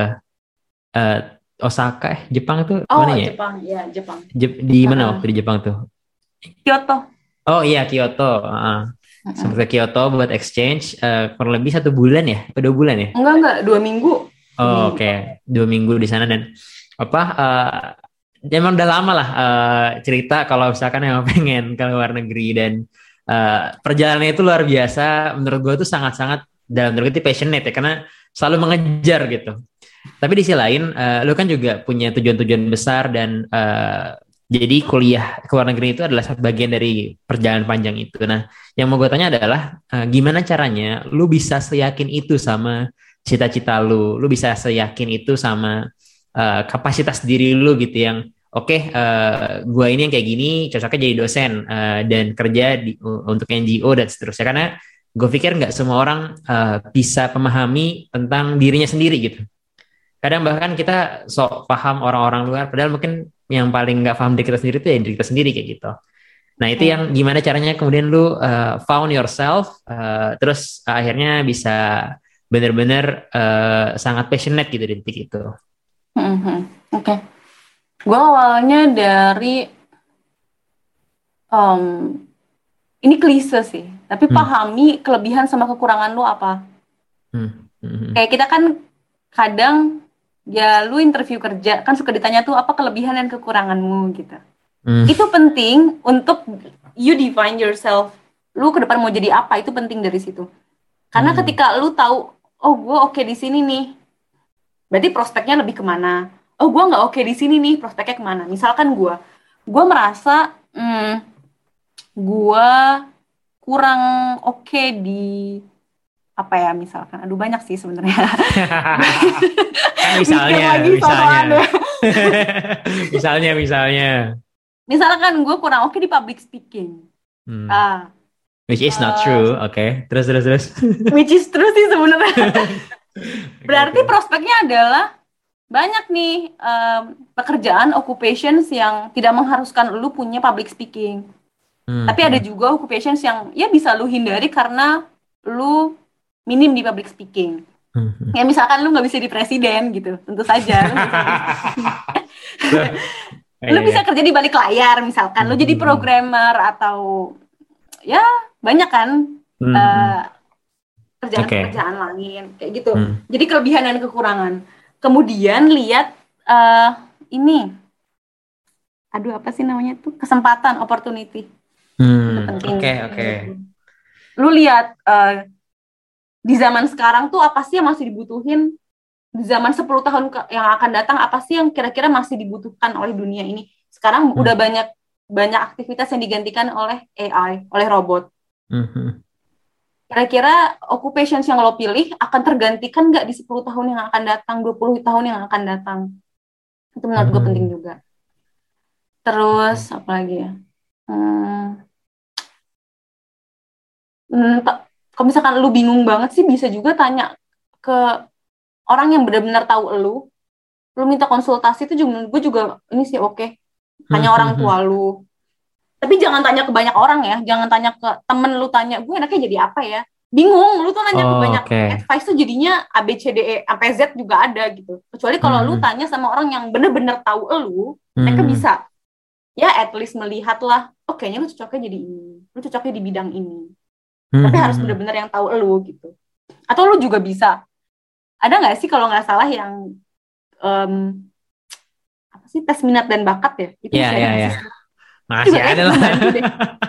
uh, Osaka, eh, Jepang tuh Oh, mana ya? Jepang, ya Jepang. Jep- di mana Uh-uh. waktu di Jepang tuh? Kyoto. Oh iya, Kyoto. Uh, sempat ke Kyoto buat exchange uh, kurang lebih satu bulan ya, atau dua bulan ya? Enggak, enggak, dua minggu. Oh, Hmm. oke, dua minggu di sana dan apa? Uh, emang udah lama lah uh, cerita kalau misalkan emang pengen ke luar negeri dan uh, perjalanannya itu luar biasa. Menurut gue tuh sangat-sangat dalam arti passionate ya, karena selalu mengejar gitu. Tapi di sisi lain, uh, lu kan juga punya tujuan-tujuan besar dan uh, Jadi kuliah ke luar negeri itu adalah satu bagian dari perjalanan panjang itu. Nah, yang mau gue tanya adalah uh, gimana caranya lu bisa seyakin itu sama cita-cita lu, lu bisa seyakin itu sama uh, kapasitas diri lu gitu yang oke, okay, uh, gue ini yang kayak gini cocoknya jadi dosen uh, dan kerja di, uh, untuk N G O dan seterusnya. Karena gue pikir nggak semua orang uh, bisa memahami tentang dirinya sendiri gitu. Kadang bahkan kita sok paham orang-orang luar, padahal mungkin yang paling nggak paham diri kita sendiri itu ya diri kita sendiri kayak gitu. Nah itu yang Hmm. gimana caranya kemudian lu uh, found yourself, uh, terus uh, akhirnya bisa benar-benar uh, sangat passionate gitu di titik itu. Hmm, hmm. Oke. Gue awalnya dari um, ini klise sih, tapi Hmm. pahami kelebihan sama kekurangan lu apa. Hmm. Hmm. Kayak kita kan kadang ya lu interview kerja kan suka ditanya tuh apa kelebihan dan kekuranganmu gitu. Hmm. Itu penting untuk you define yourself. Lu ke depan mau jadi apa itu penting dari situ. Karena Hmm. ketika lu tahu, oh gue oke di sini nih, berarti prospeknya lebih kemana? Oh gue nggak oke di sini nih, prospeknya kemana? Misalkan gue, gue merasa hmm, gue kurang oke di apa ya misalkan, aduh banyak sih sebenarnya. Kan Mikir misalnya, lagi misalnya, soalnya. misalnya, misalnya, Misalkan gue kurang oke di public speaking. hmm. Ah, Which is not uh, true, oke. Okay. Terus, terus, terus. which is true sih sebenarnya. Oke, Berarti oke. prospeknya adalah banyak nih um, pekerjaan, occupations yang tidak mengharuskan lu punya public speaking. Hmm. Tapi ada juga occupations yang ya bisa lu hindari karena lu minim di public speaking. Hmm. Ya misalkan lu nggak bisa di presiden gitu, tentu saja. Lu bisa, lu Iya, bisa iya. kerja di balik layar misalkan, lu jadi Hmm. programmer atau ya banyak kan Hmm. uh, Oke. kerjaan-pekerjaan lain kayak gitu. Hmm. Jadi kelebihan dan kekurangan. Kemudian lihat uh, ini, aduh apa sih namanya tuh kesempatan, opportunity. Itu Hmm. penting. Oke, oke. Lu lihat uh, di zaman sekarang tuh apa sih yang masih dibutuhin? Di zaman sepuluh tahun ke- yang akan datang apa sih yang kira-kira masih dibutuhkan oleh dunia ini? Sekarang Hmm. udah banyak banyak aktivitas yang digantikan oleh A I, oleh robot. Hmm. Kira-kira occupations yang lo pilih akan tergantikan nggak di sepuluh tahun yang akan datang, dua puluh tahun yang akan datang? Itu menurut gue penting Hmm. juga. Terus, apa lagi ya? Hmm, hmm, ta- kalau misalkan lu bingung banget sih, bisa juga tanya ke orang yang benar-benar tahu lu. Lu minta konsultasi itu juga menurut gue juga ini sih oke. Tanya Hmm. orang Hmm. tua lu. Tapi jangan tanya ke banyak orang ya. Jangan tanya ke temen lu, tanya, gue enaknya jadi apa ya? Bingung, lu tuh nanya ke Oh, banyak oke. advice tuh jadinya A, B, C, D, E, sampai Z juga ada gitu. Kecuali kalau lu Hmm. tanya sama orang yang bener-bener tahu lu, mereka Hmm. bisa, ya at least melihat lah, oh kayaknya lu cocoknya jadi ini, lu cocoknya di bidang ini. Tapi harus Hmm. bener-bener yang tahu lu gitu. Atau lu juga bisa, ada nggak sih kalau nggak salah yang um, apa sih tes minat dan bakat ya? Itu Ya, masih ada ya, nggak ya. sih? Itu Masih juga ada kayaknya lah. membantu deh.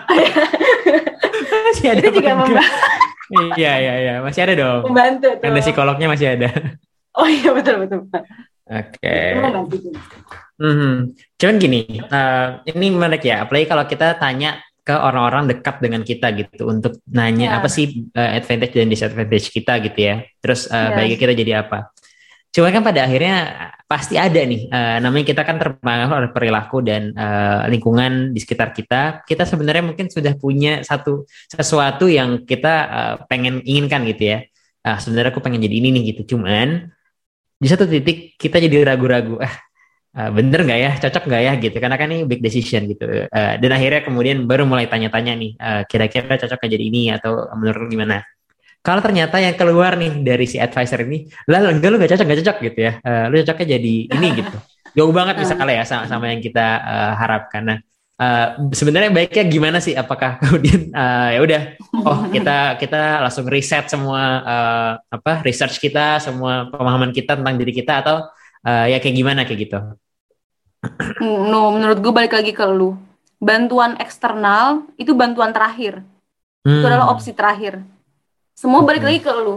Masih ada Itu juga bangga. membantu, Iya, iya, iya. Masih ada dong. membantu Ada tuh. psikolognya masih ada. Oh iya betul-betul. Oke. Itu membantu tuh. Mhm. Cuman gini, eh, ini menarik ya. Apalagi kalau kita tanya ke orang-orang dekat dengan kita gitu untuk nanya apa Ya, sih eh, advantage dan disadvantage kita gitu ya. Terus eh, ya. baiknya kita jadi apa. Cuma kan pada akhirnya pasti ada nih, eh, namanya kita kan terpengaruh oleh perilaku dan eh, lingkungan di sekitar kita. Kita sebenarnya mungkin sudah punya satu sesuatu yang kita eh, pengen inginkan gitu ya. Ah, sebenarnya aku pengen jadi ini nih gitu. Cuman di satu titik kita jadi ragu-ragu. Ah, eh, bener nggak ya, cocok nggak ya gitu. Karena kan ini big decision gitu. Eh, dan akhirnya kemudian baru mulai tanya-tanya nih, eh, kira-kira cocok nggak jadi ini atau menurut lu gimana? Kalau ternyata yang keluar nih dari si advisor ini, lah enggak lu gak cocok gak cocok gitu ya, uh, lu cocoknya jadi ini gitu, jauh banget Hmm. misalnya ya sama, sama yang kita uh, harapkan. Nah, uh, sebenarnya baiknya gimana sih? Apakah kemudian uh, ya udah, oh kita kita langsung riset semua uh, apa research kita, semua pemahaman kita tentang diri kita atau uh, ya kayak gimana kayak gitu? No, menurut gue balik lagi ke lu. Bantuan eksternal itu bantuan terakhir. Itu adalah Hmm, opsi terakhir. Semua balik lagi oke. ke lu.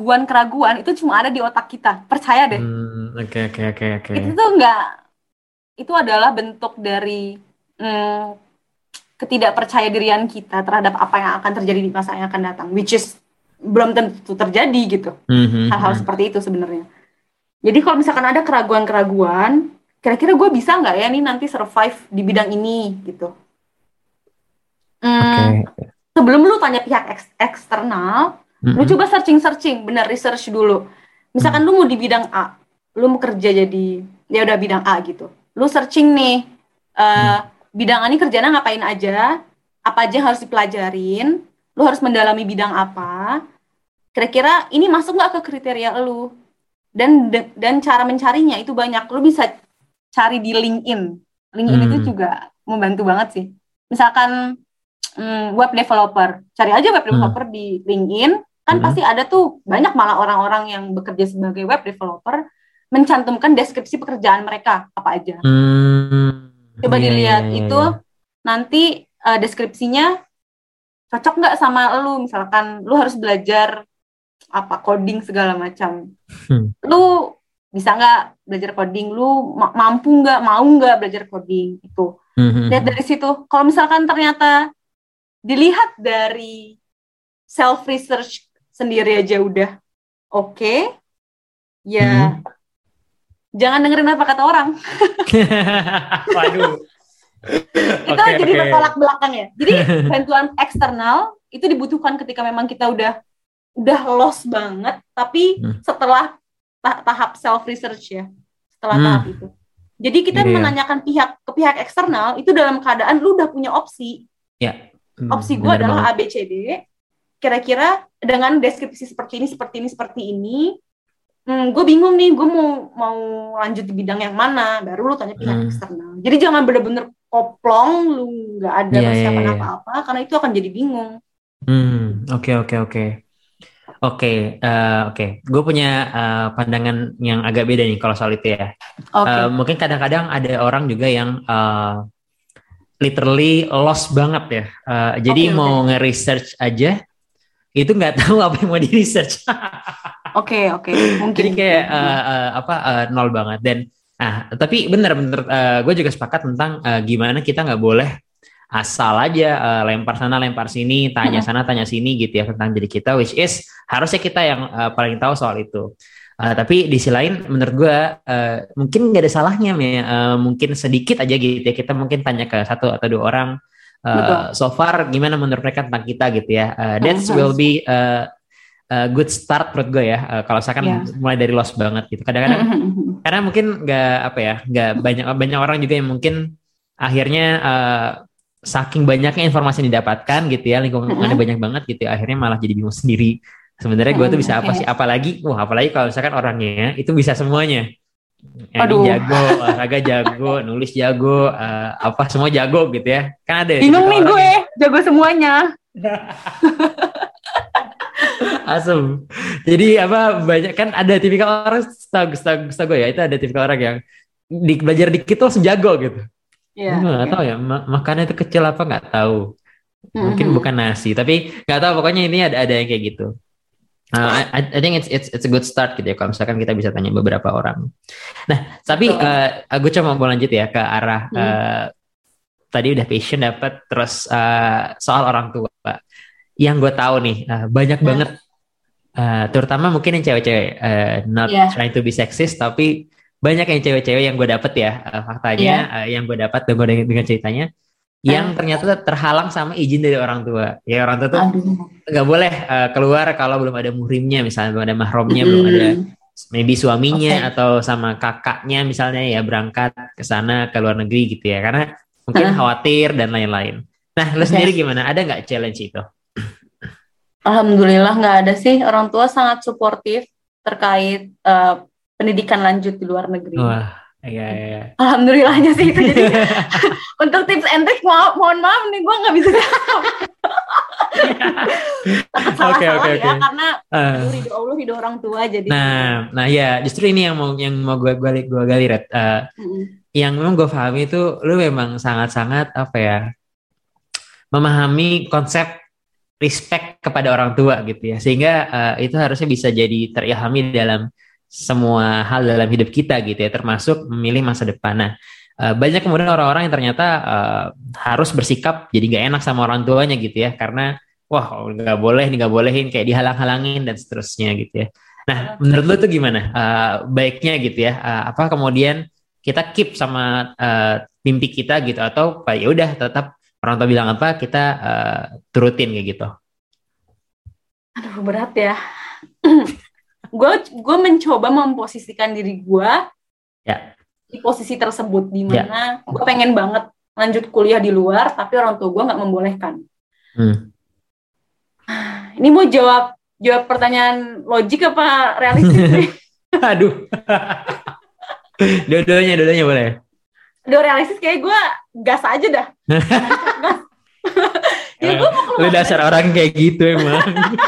Keraguan-keraguan itu cuma ada di otak kita. Percaya deh. Hmm, oke oke oke oke. Itu tuh nggak itu adalah bentuk dari hmm, ketidakpercaya dirian kita terhadap apa yang akan terjadi di masa yang akan datang, which is belum tentu terjadi gitu. Mm-hmm. Hal-hal seperti itu sebenarnya. Jadi kalau misalkan ada keraguan-keraguan, kira-kira gue bisa nggak ya nih nanti survive di bidang ini gitu. Hmm, Oke. Sebelum lu tanya pihak eks- eksternal, Mm-hmm. lu coba searching-searching, benar research dulu. Misalkan lu mau di bidang A, lu mau kerja jadi ya udah bidang A gitu. Lu searching nih, uh, bidang A ini kerjanya ngapain aja, apa aja yang harus dipelajarin, lu harus mendalami bidang apa, kira-kira ini masuk nggak ke kriteria lu. Dan dan cara mencarinya itu banyak. Lu bisa cari di LinkedIn. LinkedIn Hmm. itu juga membantu banget sih. Misalkan hmm, web developer, cari aja web developer hmm. di LinkedIn. Kan hmm. pasti ada tuh banyak malah orang-orang yang bekerja sebagai web developer mencantumkan deskripsi pekerjaan mereka apa aja. Hmm. Coba yeah, dilihat yeah, yeah, itu yeah. nanti uh, deskripsinya cocok nggak sama lu. Misalkan lu harus belajar apa coding segala macam. Hmm. Lu bisa nggak belajar coding? Lu ma- mampu nggak, mau nggak belajar coding itu? Hmm. Lihat dari situ. Kalau misalkan ternyata dilihat dari self research sendiri aja udah oke, okay, ya hmm. jangan dengerin apa kata orang. Waduh. Itu okay, jadi okay. bertolak belakang ya. Jadi bantuan eksternal itu dibutuhkan ketika memang kita udah udah lost banget, tapi hmm. setelah ta- tahap self research ya, setelah hmm. tahap itu. Jadi kita yeah, menanyakan pihak ke pihak eksternal itu dalam keadaan lu udah punya opsi. Yeah. Hmm, opsi gue adalah banget. A B C D. Kira-kira dengan deskripsi seperti ini, seperti ini, seperti ini, hmm, gue bingung nih, gue mau mau lanjut di bidang yang mana, baru lu tanya pihak hmm. eksternal. Jadi jangan bener-bener koplong, lu nggak ada yeah, persiapan yeah, yeah. apa-apa, karena itu akan jadi bingung. Hmm, oke oke oke, oke oke. Gue punya uh, pandangan yang agak beda nih kalau soal itu ya. Okay. Uh, mungkin kadang-kadang ada orang juga yang uh, literally lost banget ya. Uh, jadi okay, mau okay. nge-research aja itu nggak tahu apa yang mau di-research. Oke oke. Mungkin jadi kayak uh, uh, apa uh, nol banget. Dan ah tapi benar-benar uh, gue juga sepakat tentang uh, gimana kita nggak boleh asal aja uh, lempar sana lempar sini, tanya sana tanya sini gitu ya tentang diri kita, which is harusnya kita yang uh, paling tahu soal itu. Uh, tapi di sisi lain menurut gue uh, mungkin nggak ada salahnya ya, uh, mungkin sedikit aja gitu ya kita mungkin tanya ke satu atau dua orang. Uh, so far gimana menurut mereka tentang kita gitu ya. Uh, that will be a, a good start menurut gue ya. Uh, kalau misalkan yeah. mulai dari lost banget gitu. Kadang-kadang karena mungkin nggak apa ya, nggak banyak banyak orang juga yang mungkin akhirnya uh, saking banyaknya informasi yang didapatkan gitu ya, lingkungannya banyak banget gitu. Ya, akhirnya malah jadi bingung sendiri. Sebenarnya gue tuh bisa apa sih? Apalagi, wah apalagi kalau misalkan orangnya itu bisa semuanya. Yang jago, olahraga jago, nulis jago, uh, apa semua jago gitu ya. Kan ada. Bingung nih gue, yang... jago semuanya. Asem. Jadi apa banyak kan ada tipikal orang setahu setahu ya itu ada tipikal orang yang di, belajar dikit tuh langsung jago gitu. Iya. Nggak yeah. tahu ya ma- makannya itu kecil apa nggak tahu. Mungkin mm-hmm. bukan nasi tapi nggak tahu pokoknya ini ada ada yang kayak gitu. Uh, I, I think it's it's it's a good start gitu ya kalau misalkan kita bisa tanya beberapa orang. Nah, tapi uh, gue coba mau lanjut ya ke arah hmm. uh, tadi udah passion dapat terus uh, soal orang tua. Yang gue tahu nih uh, banyak hmm. banget uh, terutama mungkin yang cewek-cewek uh, not yeah. trying to be sexist tapi banyak yang cewek-cewek yang gue dapet ya uh, faktanya yeah. uh, yang gue dapat dan gue dengan ceritanya yang ternyata terhalang sama izin dari orang tua. Ya orang tua tuh nggak boleh uh, keluar kalau belum ada muhrimnya, misalnya belum ada mahramnya, mm. belum ada maybe suaminya okay. atau sama kakaknya misalnya ya berangkat ke sana ke luar negeri gitu ya, karena mungkin uh. khawatir dan lain-lain. Nah, lo okay. sendiri gimana? Ada nggak challenge itu? Alhamdulillah nggak ada sih. Orang tua sangat suportif terkait uh, pendidikan lanjut di luar negeri. Wah. Iya, iya. Alhamdulillahnya sih itu. Jadi untuk tips and trick mo- mohon maaf nih gue nggak bisa jawab. Takut salah-salah okay, okay, ya okay. karena uh. ridho Allah ridho orang tua jadi. Nah, nah ya justru ini yang mau yang mau gue gue gue gali Red. Uh, mm-hmm. Yang memang gue pahami itu lu memang sangat-sangat apa ya memahami konsep respect kepada orang tua gitu ya, sehingga uh, itu harusnya bisa jadi terilhami dalam semua hal dalam hidup kita gitu ya, termasuk memilih masa depan. Nah, uh, banyak kemudian orang-orang yang ternyata uh, harus bersikap jadi nggak enak sama orang tuanya gitu ya, karena wah nggak boleh, nih nggak bolehin, kayak dihalang-halangin dan seterusnya gitu ya. Nah, menurut lu tuh gimana? Uh, baiknya gitu ya, uh, apa kemudian kita keep sama uh, mimpi kita gitu, atau ya udah tetap orang tua bilang apa kita uh, turutin kayak gitu? Aduh, berat ya. Gue gue mencoba memposisikan diri gue Ya, di posisi tersebut, di ya. mana gue pengen banget lanjut kuliah di luar, tapi orang tua gue nggak membolehkan. Hmm. Ini mau jawab jawab pertanyaan logik apa realistis nih? Aduh. Dua-duanya, dua-duanya boleh. Udah realistis kayak gue gas aja dah. Gas. Ya gue mau Lu keluar. dasar orang kayak gitu emang.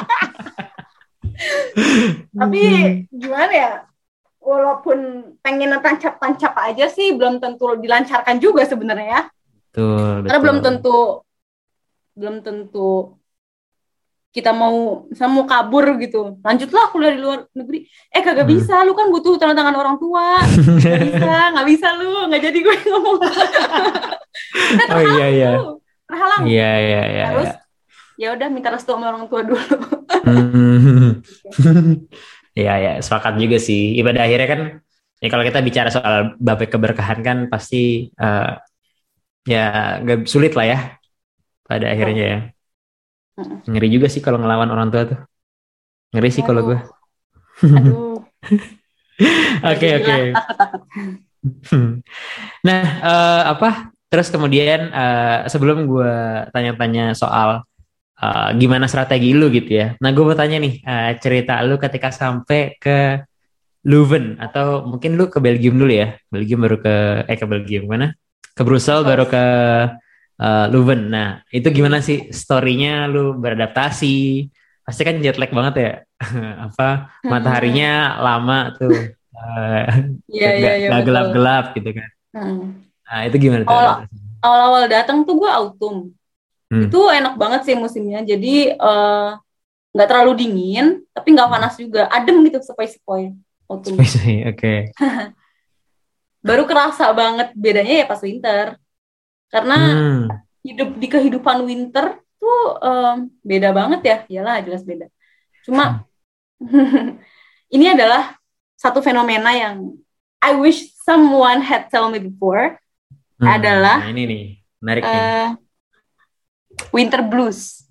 Tapi gimana ya? Walaupun pengen tancap-tancap aja sih, belum tentu dilancarkan juga sebenarnya ya. Betul, Karena betul. belum tentu belum tentu kita mau misalnya mau kabur gitu, lanjutlah kuliah di luar negeri, eh kagak Hmm. bisa, lu kan butuh tanda tangan orang tua, nggak bisa, nggak bisa lu, nggak jadi gue ngomong. Kita Oh iya iya. terhalang, terhalang. Iya iya iya. Harus iya. ya udah minta restu sama orang tua dulu. Hmm. Iya ya, sepakat juga sih. Ya, pada akhirnya kan, ya kalau kita bicara soal bab keberkahan kan pasti eh, ya nggak sulit lah ya pada akhirnya ya. Mm-mm. Ngeri juga sih kalau ngelawan orang tua tuh. Ngeri sih kalau gue. Aduh, Oke oke. takut-takut. Nah, eh, apa? Terus kemudian eh, sebelum gue tanya-tanya soal eh, gimana strategi lu gitu ya. Nah, gue mau tanya nih eh, cerita lu ketika sampai ke Leuven, atau mungkin lu ke Belgium dulu ya. Belgium baru ke eh ke Belgium mana? Ke Brussel baru ke eh, Leuven. Nah, itu gimana sih story-nya lu beradaptasi? Pasti kan jet lag banget ya. Apa mataharinya lama tuh. Eh, Iya iya nggak iya nggak betul. gelap-gelap gitu kan. Hmm. Nah, itu gimana tuh Awal adaptasinya? awal-awal datang tuh gue autumn. Hmm. Itu enak banget sih musimnya. Jadi eh, nggak terlalu dingin, tapi nggak panas juga, adem gitu, sepoi-sepoi. Autumn. Spesies, oke. Baru kerasa banget bedanya ya pas winter, karena Hmm. hidup di kehidupan winter tuh em, beda banget ya, iyalah jelas beda. Cuma ini adalah satu fenomena yang I wish someone had told me before, Hmm. adalah Nah, ini nih, menarik nih. eh, winter blues.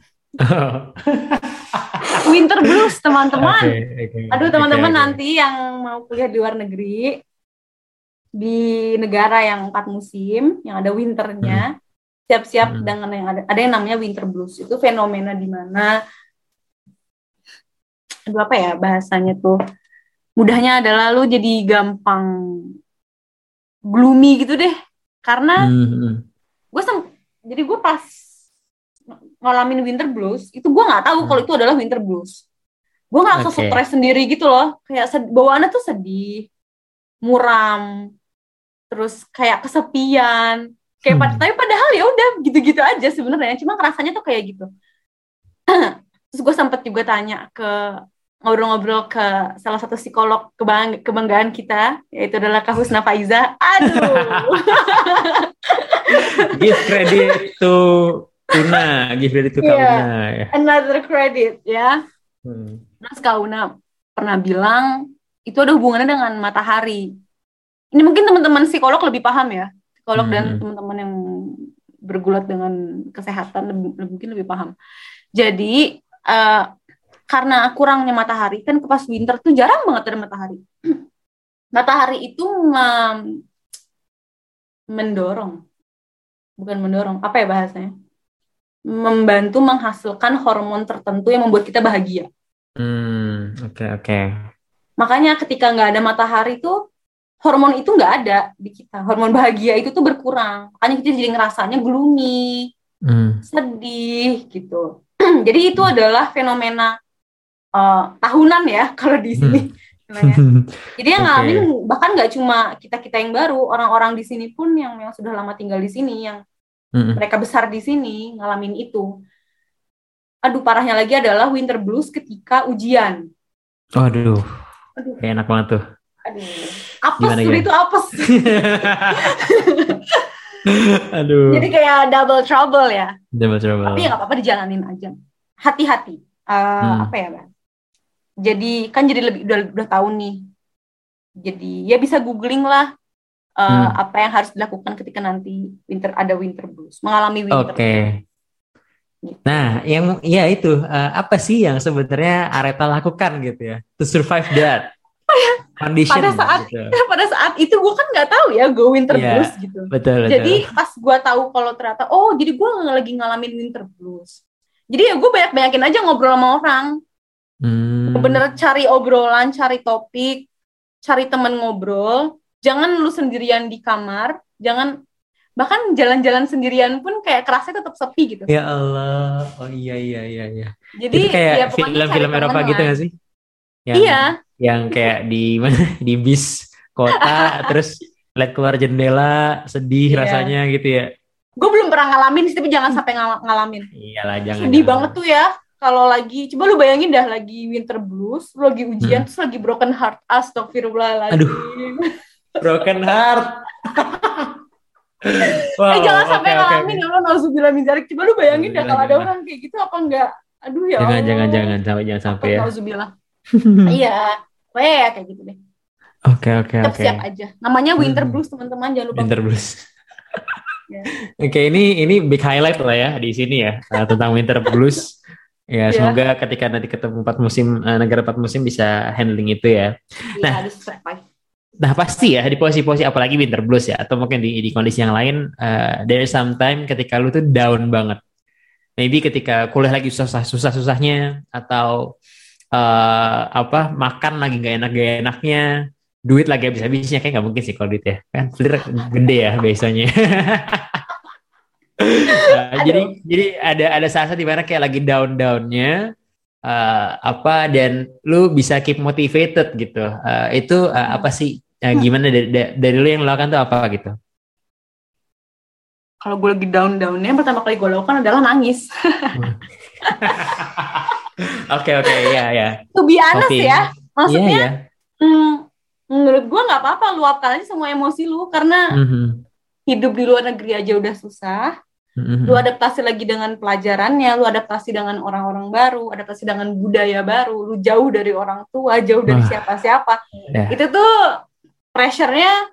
Winter blues, teman-teman. Oke, oke, Aduh, oke, teman-teman oke. nanti yang mau kuliah di luar negeri, di negara yang empat musim, yang ada winternya, siap-siap Hmm. dengan yang ada, ada yang namanya winter blues. Itu fenomena di mana, aduh apa ya bahasanya tuh, mudahnya adalah lu jadi gampang gloomy gitu deh. Karena Hmm. gue sem- jadi gue pas ngalamin winter blues, itu gue nggak tahu Hmm. kalau itu adalah winter blues. Gue ngerasa Oke. stres sendiri gitu loh, kayak sed- bawaannya tuh sedih, muram, terus kayak kesepian, kayak Hmm. pad- tapi padahal ya udah gitu-gitu aja sebenarnya, cuma rasanya tuh kayak gitu. Terus gue sempet juga tanya ke ngobrol-ngobrol ke salah satu psikolog kebang- kebanggaan kita, yaitu adalah Kak Husna Faiza. Aduh. Give credit to Una, give credit to Kak Iya. Una ya. Another credit ya. Hmm. Terus Kak Una pernah bilang itu ada hubungannya dengan matahari. Ini mungkin teman-teman psikolog lebih paham ya. Psikolog dan Hmm. teman-teman yang bergulat dengan kesehatan lebih, mungkin lebih paham. Jadi eh, karena kurangnya matahari, kan pas winter tuh jarang banget ada matahari. Matahari itu mem- mendorong, bukan mendorong, apa ya bahasanya? Membantu menghasilkan hormon tertentu yang membuat kita bahagia. Hmm. Oke, oke. Makanya ketika nggak ada matahari tuh, hormon itu nggak ada di kita. Hormon bahagia itu tuh berkurang. Makanya kita jadi ngerasanya gloomy, Hmm. sedih gitu. Jadi itu adalah fenomena uh, tahunan ya kalau di sini. Hmm. Jadi yang Oke. ngalamin bahkan nggak cuma kita-kita yang baru, orang-orang di sini pun yang yang sudah lama tinggal di sini, yang Hmm. mereka besar di sini ngalamin itu. Aduh, parahnya lagi adalah winter blues ketika ujian. Waduh, Aduh, kayak enak banget tuh. Aduh, apes Gimana, udah gimana? itu apes. Aduh, Jadi kayak double trouble ya. double trouble. Tapi ya nggak apa-apa, dijalanin aja. Hati-hati. Eh, Hmm. Apa ya, Bang? Jadi kan jadi lebih udah udah tahu nih. Jadi ya bisa googling lah eh, Hmm. apa yang harus dilakukan ketika nanti winter ada winter blues, mengalami winter Oke. gitu. Nah, yang ya itu eh, apa sih yang sebenarnya Aretha lakukan gitu ya to survive that condition Pada saat gitu. pada saat itu gue kan nggak tahu ya gue winter Iya, blues gitu. betul betul. Jadi pas gue tahu kalau ternyata oh jadi gue lagi ngalamin winter blues. Jadi ya gue banyak-banyakin aja ngobrol sama orang. Hmm. Bener cari obrolan, cari topik, cari temen ngobrol. Jangan lu sendirian di kamar, jangan bahkan jalan-jalan sendirian pun kayak kerasnya tetap sepi gitu. Ya Allah, oh iya iya iya iya. Jadi Itu kayak ya pokoknya cari film-film temen Eropa lah. gitu nggak sih? Yang, Iya. Yang kayak di mana di bis kota terus lihat keluar jendela sedih Iya. rasanya gitu ya. Gue belum pernah ngalamin sih, tapi jangan sampai ngal- ngalamin. Iyalah jangan. Sedih jangan. banget tuh ya kalau lagi, coba lu bayangin dah lagi winter blues, lu lagi ujian Hmm. terus lagi broken heart, astagfirullahaladzim. Aduh. Broken heart. Wow, eh jangan sampai oke, oke, ngalamin oke. ya lo, nauzubillah min dzalik. Coba lu bayangin dah Jangan, kalau ada jangan. orang kayak gitu apa enggak? Aduh ya Jangan Allah. jangan jangan sampai jangan sampai ya. Nauzubillah. Iya, pokoknya ya kayak gitu deh. Oke oke oke. Siap-siap aja. Namanya winter Hmm. blues teman-teman, jangan lupa. Winter blues. Ya. Oke, ini ini big highlight lah ya di sini ya uh, tentang winter blues. Ya, Ya. semoga ketika nanti ketemu empat musim uh, negara empat musim bisa handling itu ya. Iya, Nah. harus survive. Nah, pasti ya di posisi-posisi apalagi winter blues ya atau mungkin di di kondisi yang lain uh, there is some time ketika lu tuh down banget. Maybe ketika kuliah lagi susah susah susahnya atau uh, apa makan lagi nggak enak gak enaknya, duit lagi habis habisnya kayak nggak mungkin sih kalau duit ya kan flir gede ya biasanya. Uh, jadi jadi ada ada saat di mana kayak lagi down downnya uh, apa dan lu bisa keep motivated gitu. Uh, itu uh, apa sih? Uh, gimana dari, dari, dari lu yang melakukan tuh apa gitu? Kalau gue lagi down-downnya, yang pertama kali gue lakukan adalah nangis. Oke oke ya ya. To be honest Coping. ya, maksudnya Iya, iya. hmm, menurut gue nggak apa-apa, luapkan aja semua emosi lu karena Mhm. hidup di luar negeri aja udah susah. Mhm. Lu adaptasi lagi dengan pelajarannya, lu adaptasi dengan orang-orang baru, adaptasi dengan budaya baru, lu jauh dari orang tua, jauh dari Wah. siapa-siapa. Ya. Itu tuh pressure-nya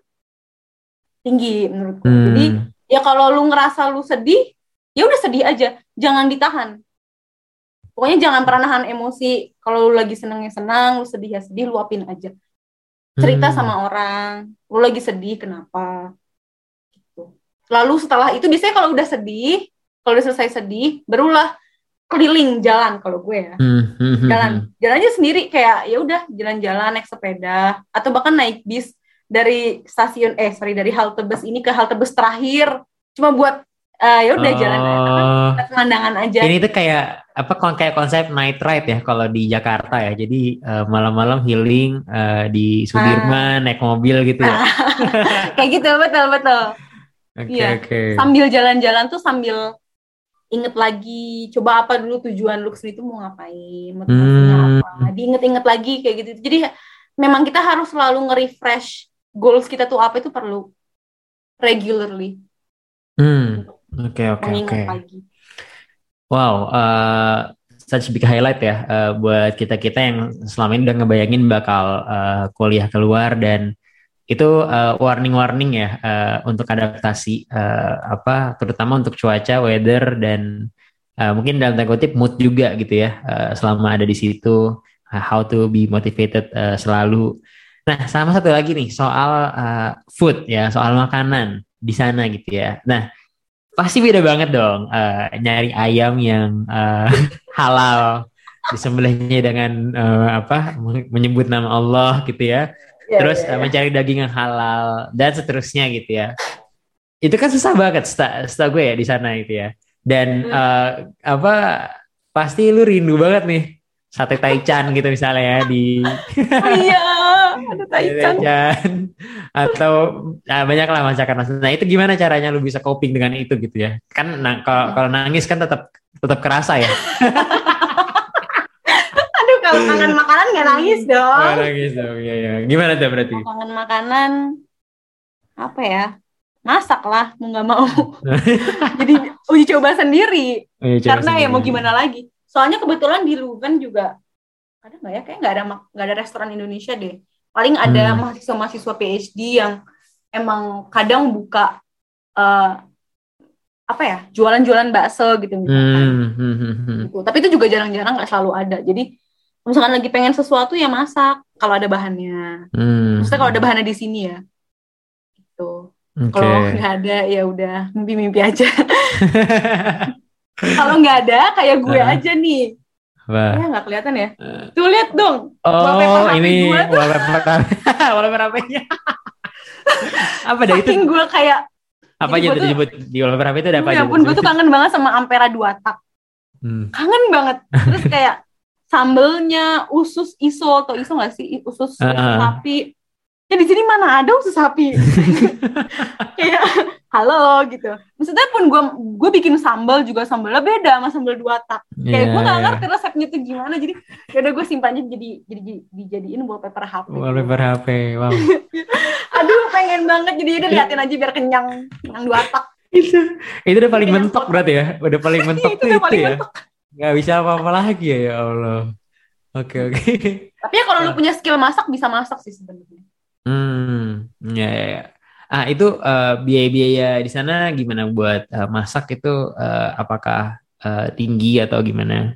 tinggi menurutku. Hmm. Jadi ya kalau lu ngerasa lu sedih, ya udah sedih aja, jangan ditahan. Pokoknya jangan pernah nahan emosi. Kalau lu lagi senengnya senang, lu sedih ya sedih, luapin aja. Cerita Hmm. sama orang, lu lagi sedih kenapa? Gitu. Lalu setelah itu biasanya kalau udah sedih, kalau udah selesai sedih, barulah keliling jalan kalau gue ya. Hmm. Hmm. Jalan, jalan aja sendiri kayak ya udah jalan-jalan naik sepeda atau bahkan naik bis dari stasiun eh sorry dari halte bus ini ke halte bus terakhir cuma buat uh, ya udah Oh. jalan lihat pemandangan aja. Ini tuh kayak apa kon- kayak konsep night ride ya kalau di Jakarta ya. Jadi uh, malam-malam healing uh, di Sudirman naik mobil gitu ya. Kayak gitu betul betul. Oke Iya. oke. Sambil jalan-jalan tuh sambil inget lagi coba apa dulu tujuan lu kesini tuh mau ngapain, motivasinya Hmm. apa, diinget-inget lagi kayak gitu. Jadi memang kita harus selalu nge-refresh goals kita tuh apa itu perlu regularly Hmm. Oke oke oke. mengingat lagi. Wow, uh, such big highlight ya uh, buat kita-kita yang selama ini udah ngebayangin bakal uh, kuliah keluar dan itu uh, warning-warning ya uh, untuk adaptasi uh, apa terutama untuk cuaca, weather dan uh, mungkin dalam tanda kutip mood juga gitu ya uh, selama ada di situ uh, how to be motivated uh, selalu. Nah, sama satu lagi nih soal uh, food ya, soal makanan di sana gitu ya. Nah, pasti beda banget dong uh, nyari ayam yang uh, halal disembelihnya dengan uh, apa menyebut nama Allah gitu ya. Ya, Terus ya, uh, ya. mencari daging yang halal dan seterusnya gitu ya. Itu kan susah banget seta- setahu gue ya di sana gitu ya. Dan uh, apa pasti lu rindu banget nih sate taichan gitu misalnya ya di Oh iya, ada taichan. Taichan atau nah, banyak lah masakan. Nah itu gimana caranya lu bisa coping dengan itu gitu ya? Kan nah, kalau kalau nangis kan tetap tetap kerasa ya. Aduh Kalau kangen makanan nggak nangis dong. Nggak nangis dong, ya ya. Gimana tuh berarti? Kalau kangen makanan apa ya? Masak lah, mau nggak mau. Jadi uji coba sendiri. Uji coba Karena sendiri. ya mau gimana lagi. Soalnya kebetulan di Leuven juga ada nggak ya? Kayak nggak ada nggak ada restoran Indonesia deh. Paling ada Hmm. mahasiswa-mahasiswa P H D yang emang kadang buka uh, apa ya, jualan-jualan bakso gitu misalkan. Hmm, hmm, hmm, hmm. Gitu. Tapi itu juga jarang-jarang, nggak selalu ada. Jadi misalkan lagi pengen sesuatu ya masak kalau ada bahannya. Hmm. Maksudnya kalau ada bahannya di sini ya. Gitu. Oke. Kalau nggak ada ya udah mimpi-mimpi aja. Kalau nggak ada kayak gue Uh. aja nih. Apa? Ya nggak kelihatan ya. Tuh lihat dong. Oh, wallpaper H P ini gue tuh. wallpaper wallpaper H P-nya. Apa dah itu? Saking gue kayak Apa jadi aja gua tuh tuh- disebut di wallpaper H P itu ada apa ya aja? ampun, gue tuh kangen banget sama Ampera dua tak. Hmm. Kangen banget. Terus kayak sambelnya, usus iso atau iso nggak sih, usus, usus Uh-uh. sapi. Ya di sini mana ada usus sapi. Kayak halo gitu. Maksudnya pun gue gue bikin sambal juga sambalnya beda sama sambal dua tak. Kayak Iya, gue nggak iya. ngerti resepnya tuh gimana. Jadi yaudah gue simpannya jadi jadi dijadiin wallpaper H P. Wallpaper H P, wow. Aduh pengen banget, jadi udah liatin aja biar kenyang, kenyang dua tak. itu itu udah paling Kayak mentok foto. berarti ya, udah paling mentok Itu tuh udah itu paling ya, mentok. nggak bisa apa-apa lagi ya, ya Allah. Oke oke. Tapi ya kalau lu punya skill masak bisa masak sih sebenarnya. Hmm, ya, ya, ya. Ah itu eh, biaya-biaya di sana gimana buat eh, masak itu eh, apakah eh, tinggi atau gimana?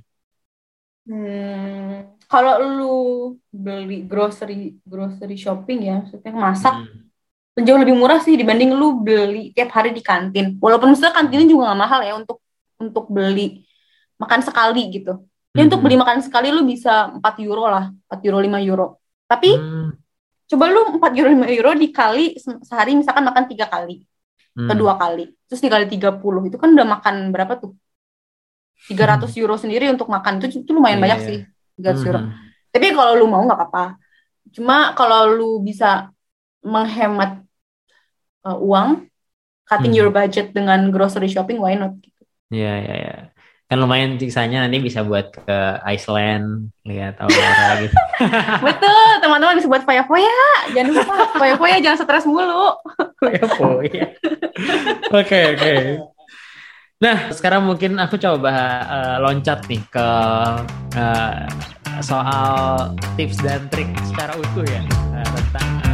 Hmm, kalau lu beli grocery grocery shopping ya, maksudnya masak Hmm. jauh lebih murah sih dibanding lu beli tiap hari di kantin. Walaupun maksudnya kantinnya juga nggak mahal ya untuk untuk beli makan sekali gitu. Ya untuk Hmm. beli makan sekali lu bisa empat euro lah, empat euro lima euro. Tapi Hmm. coba lu empat euro lima euro dikali se- sehari misalkan makan tiga kali atau Hmm. dua kali. Terus dikali tiga puluh itu kan udah makan berapa tuh? tiga ratus euro sendiri untuk makan. Itu, itu lumayan Iya, banyak iya. sih. tiga ratus euro. Hmm. Tapi kalau lu mau nggak apa-apa. Cuma kalau lu bisa menghemat uh, uang, cutting Hmm. your budget dengan grocery shopping, why not? Ya, ya, ya. Kan lumayan sisanya nanti bisa buat ke Iceland, lihat aurora gitu. Betul, teman-teman bisa buat foya-foya. Jangan lupa, foya-foya jangan stres mulu. Ya, ya. Oke, oke. Nah, sekarang mungkin aku coba eh, loncat nih ke eh, soal tips dan trik secara utuh ya eh, tentang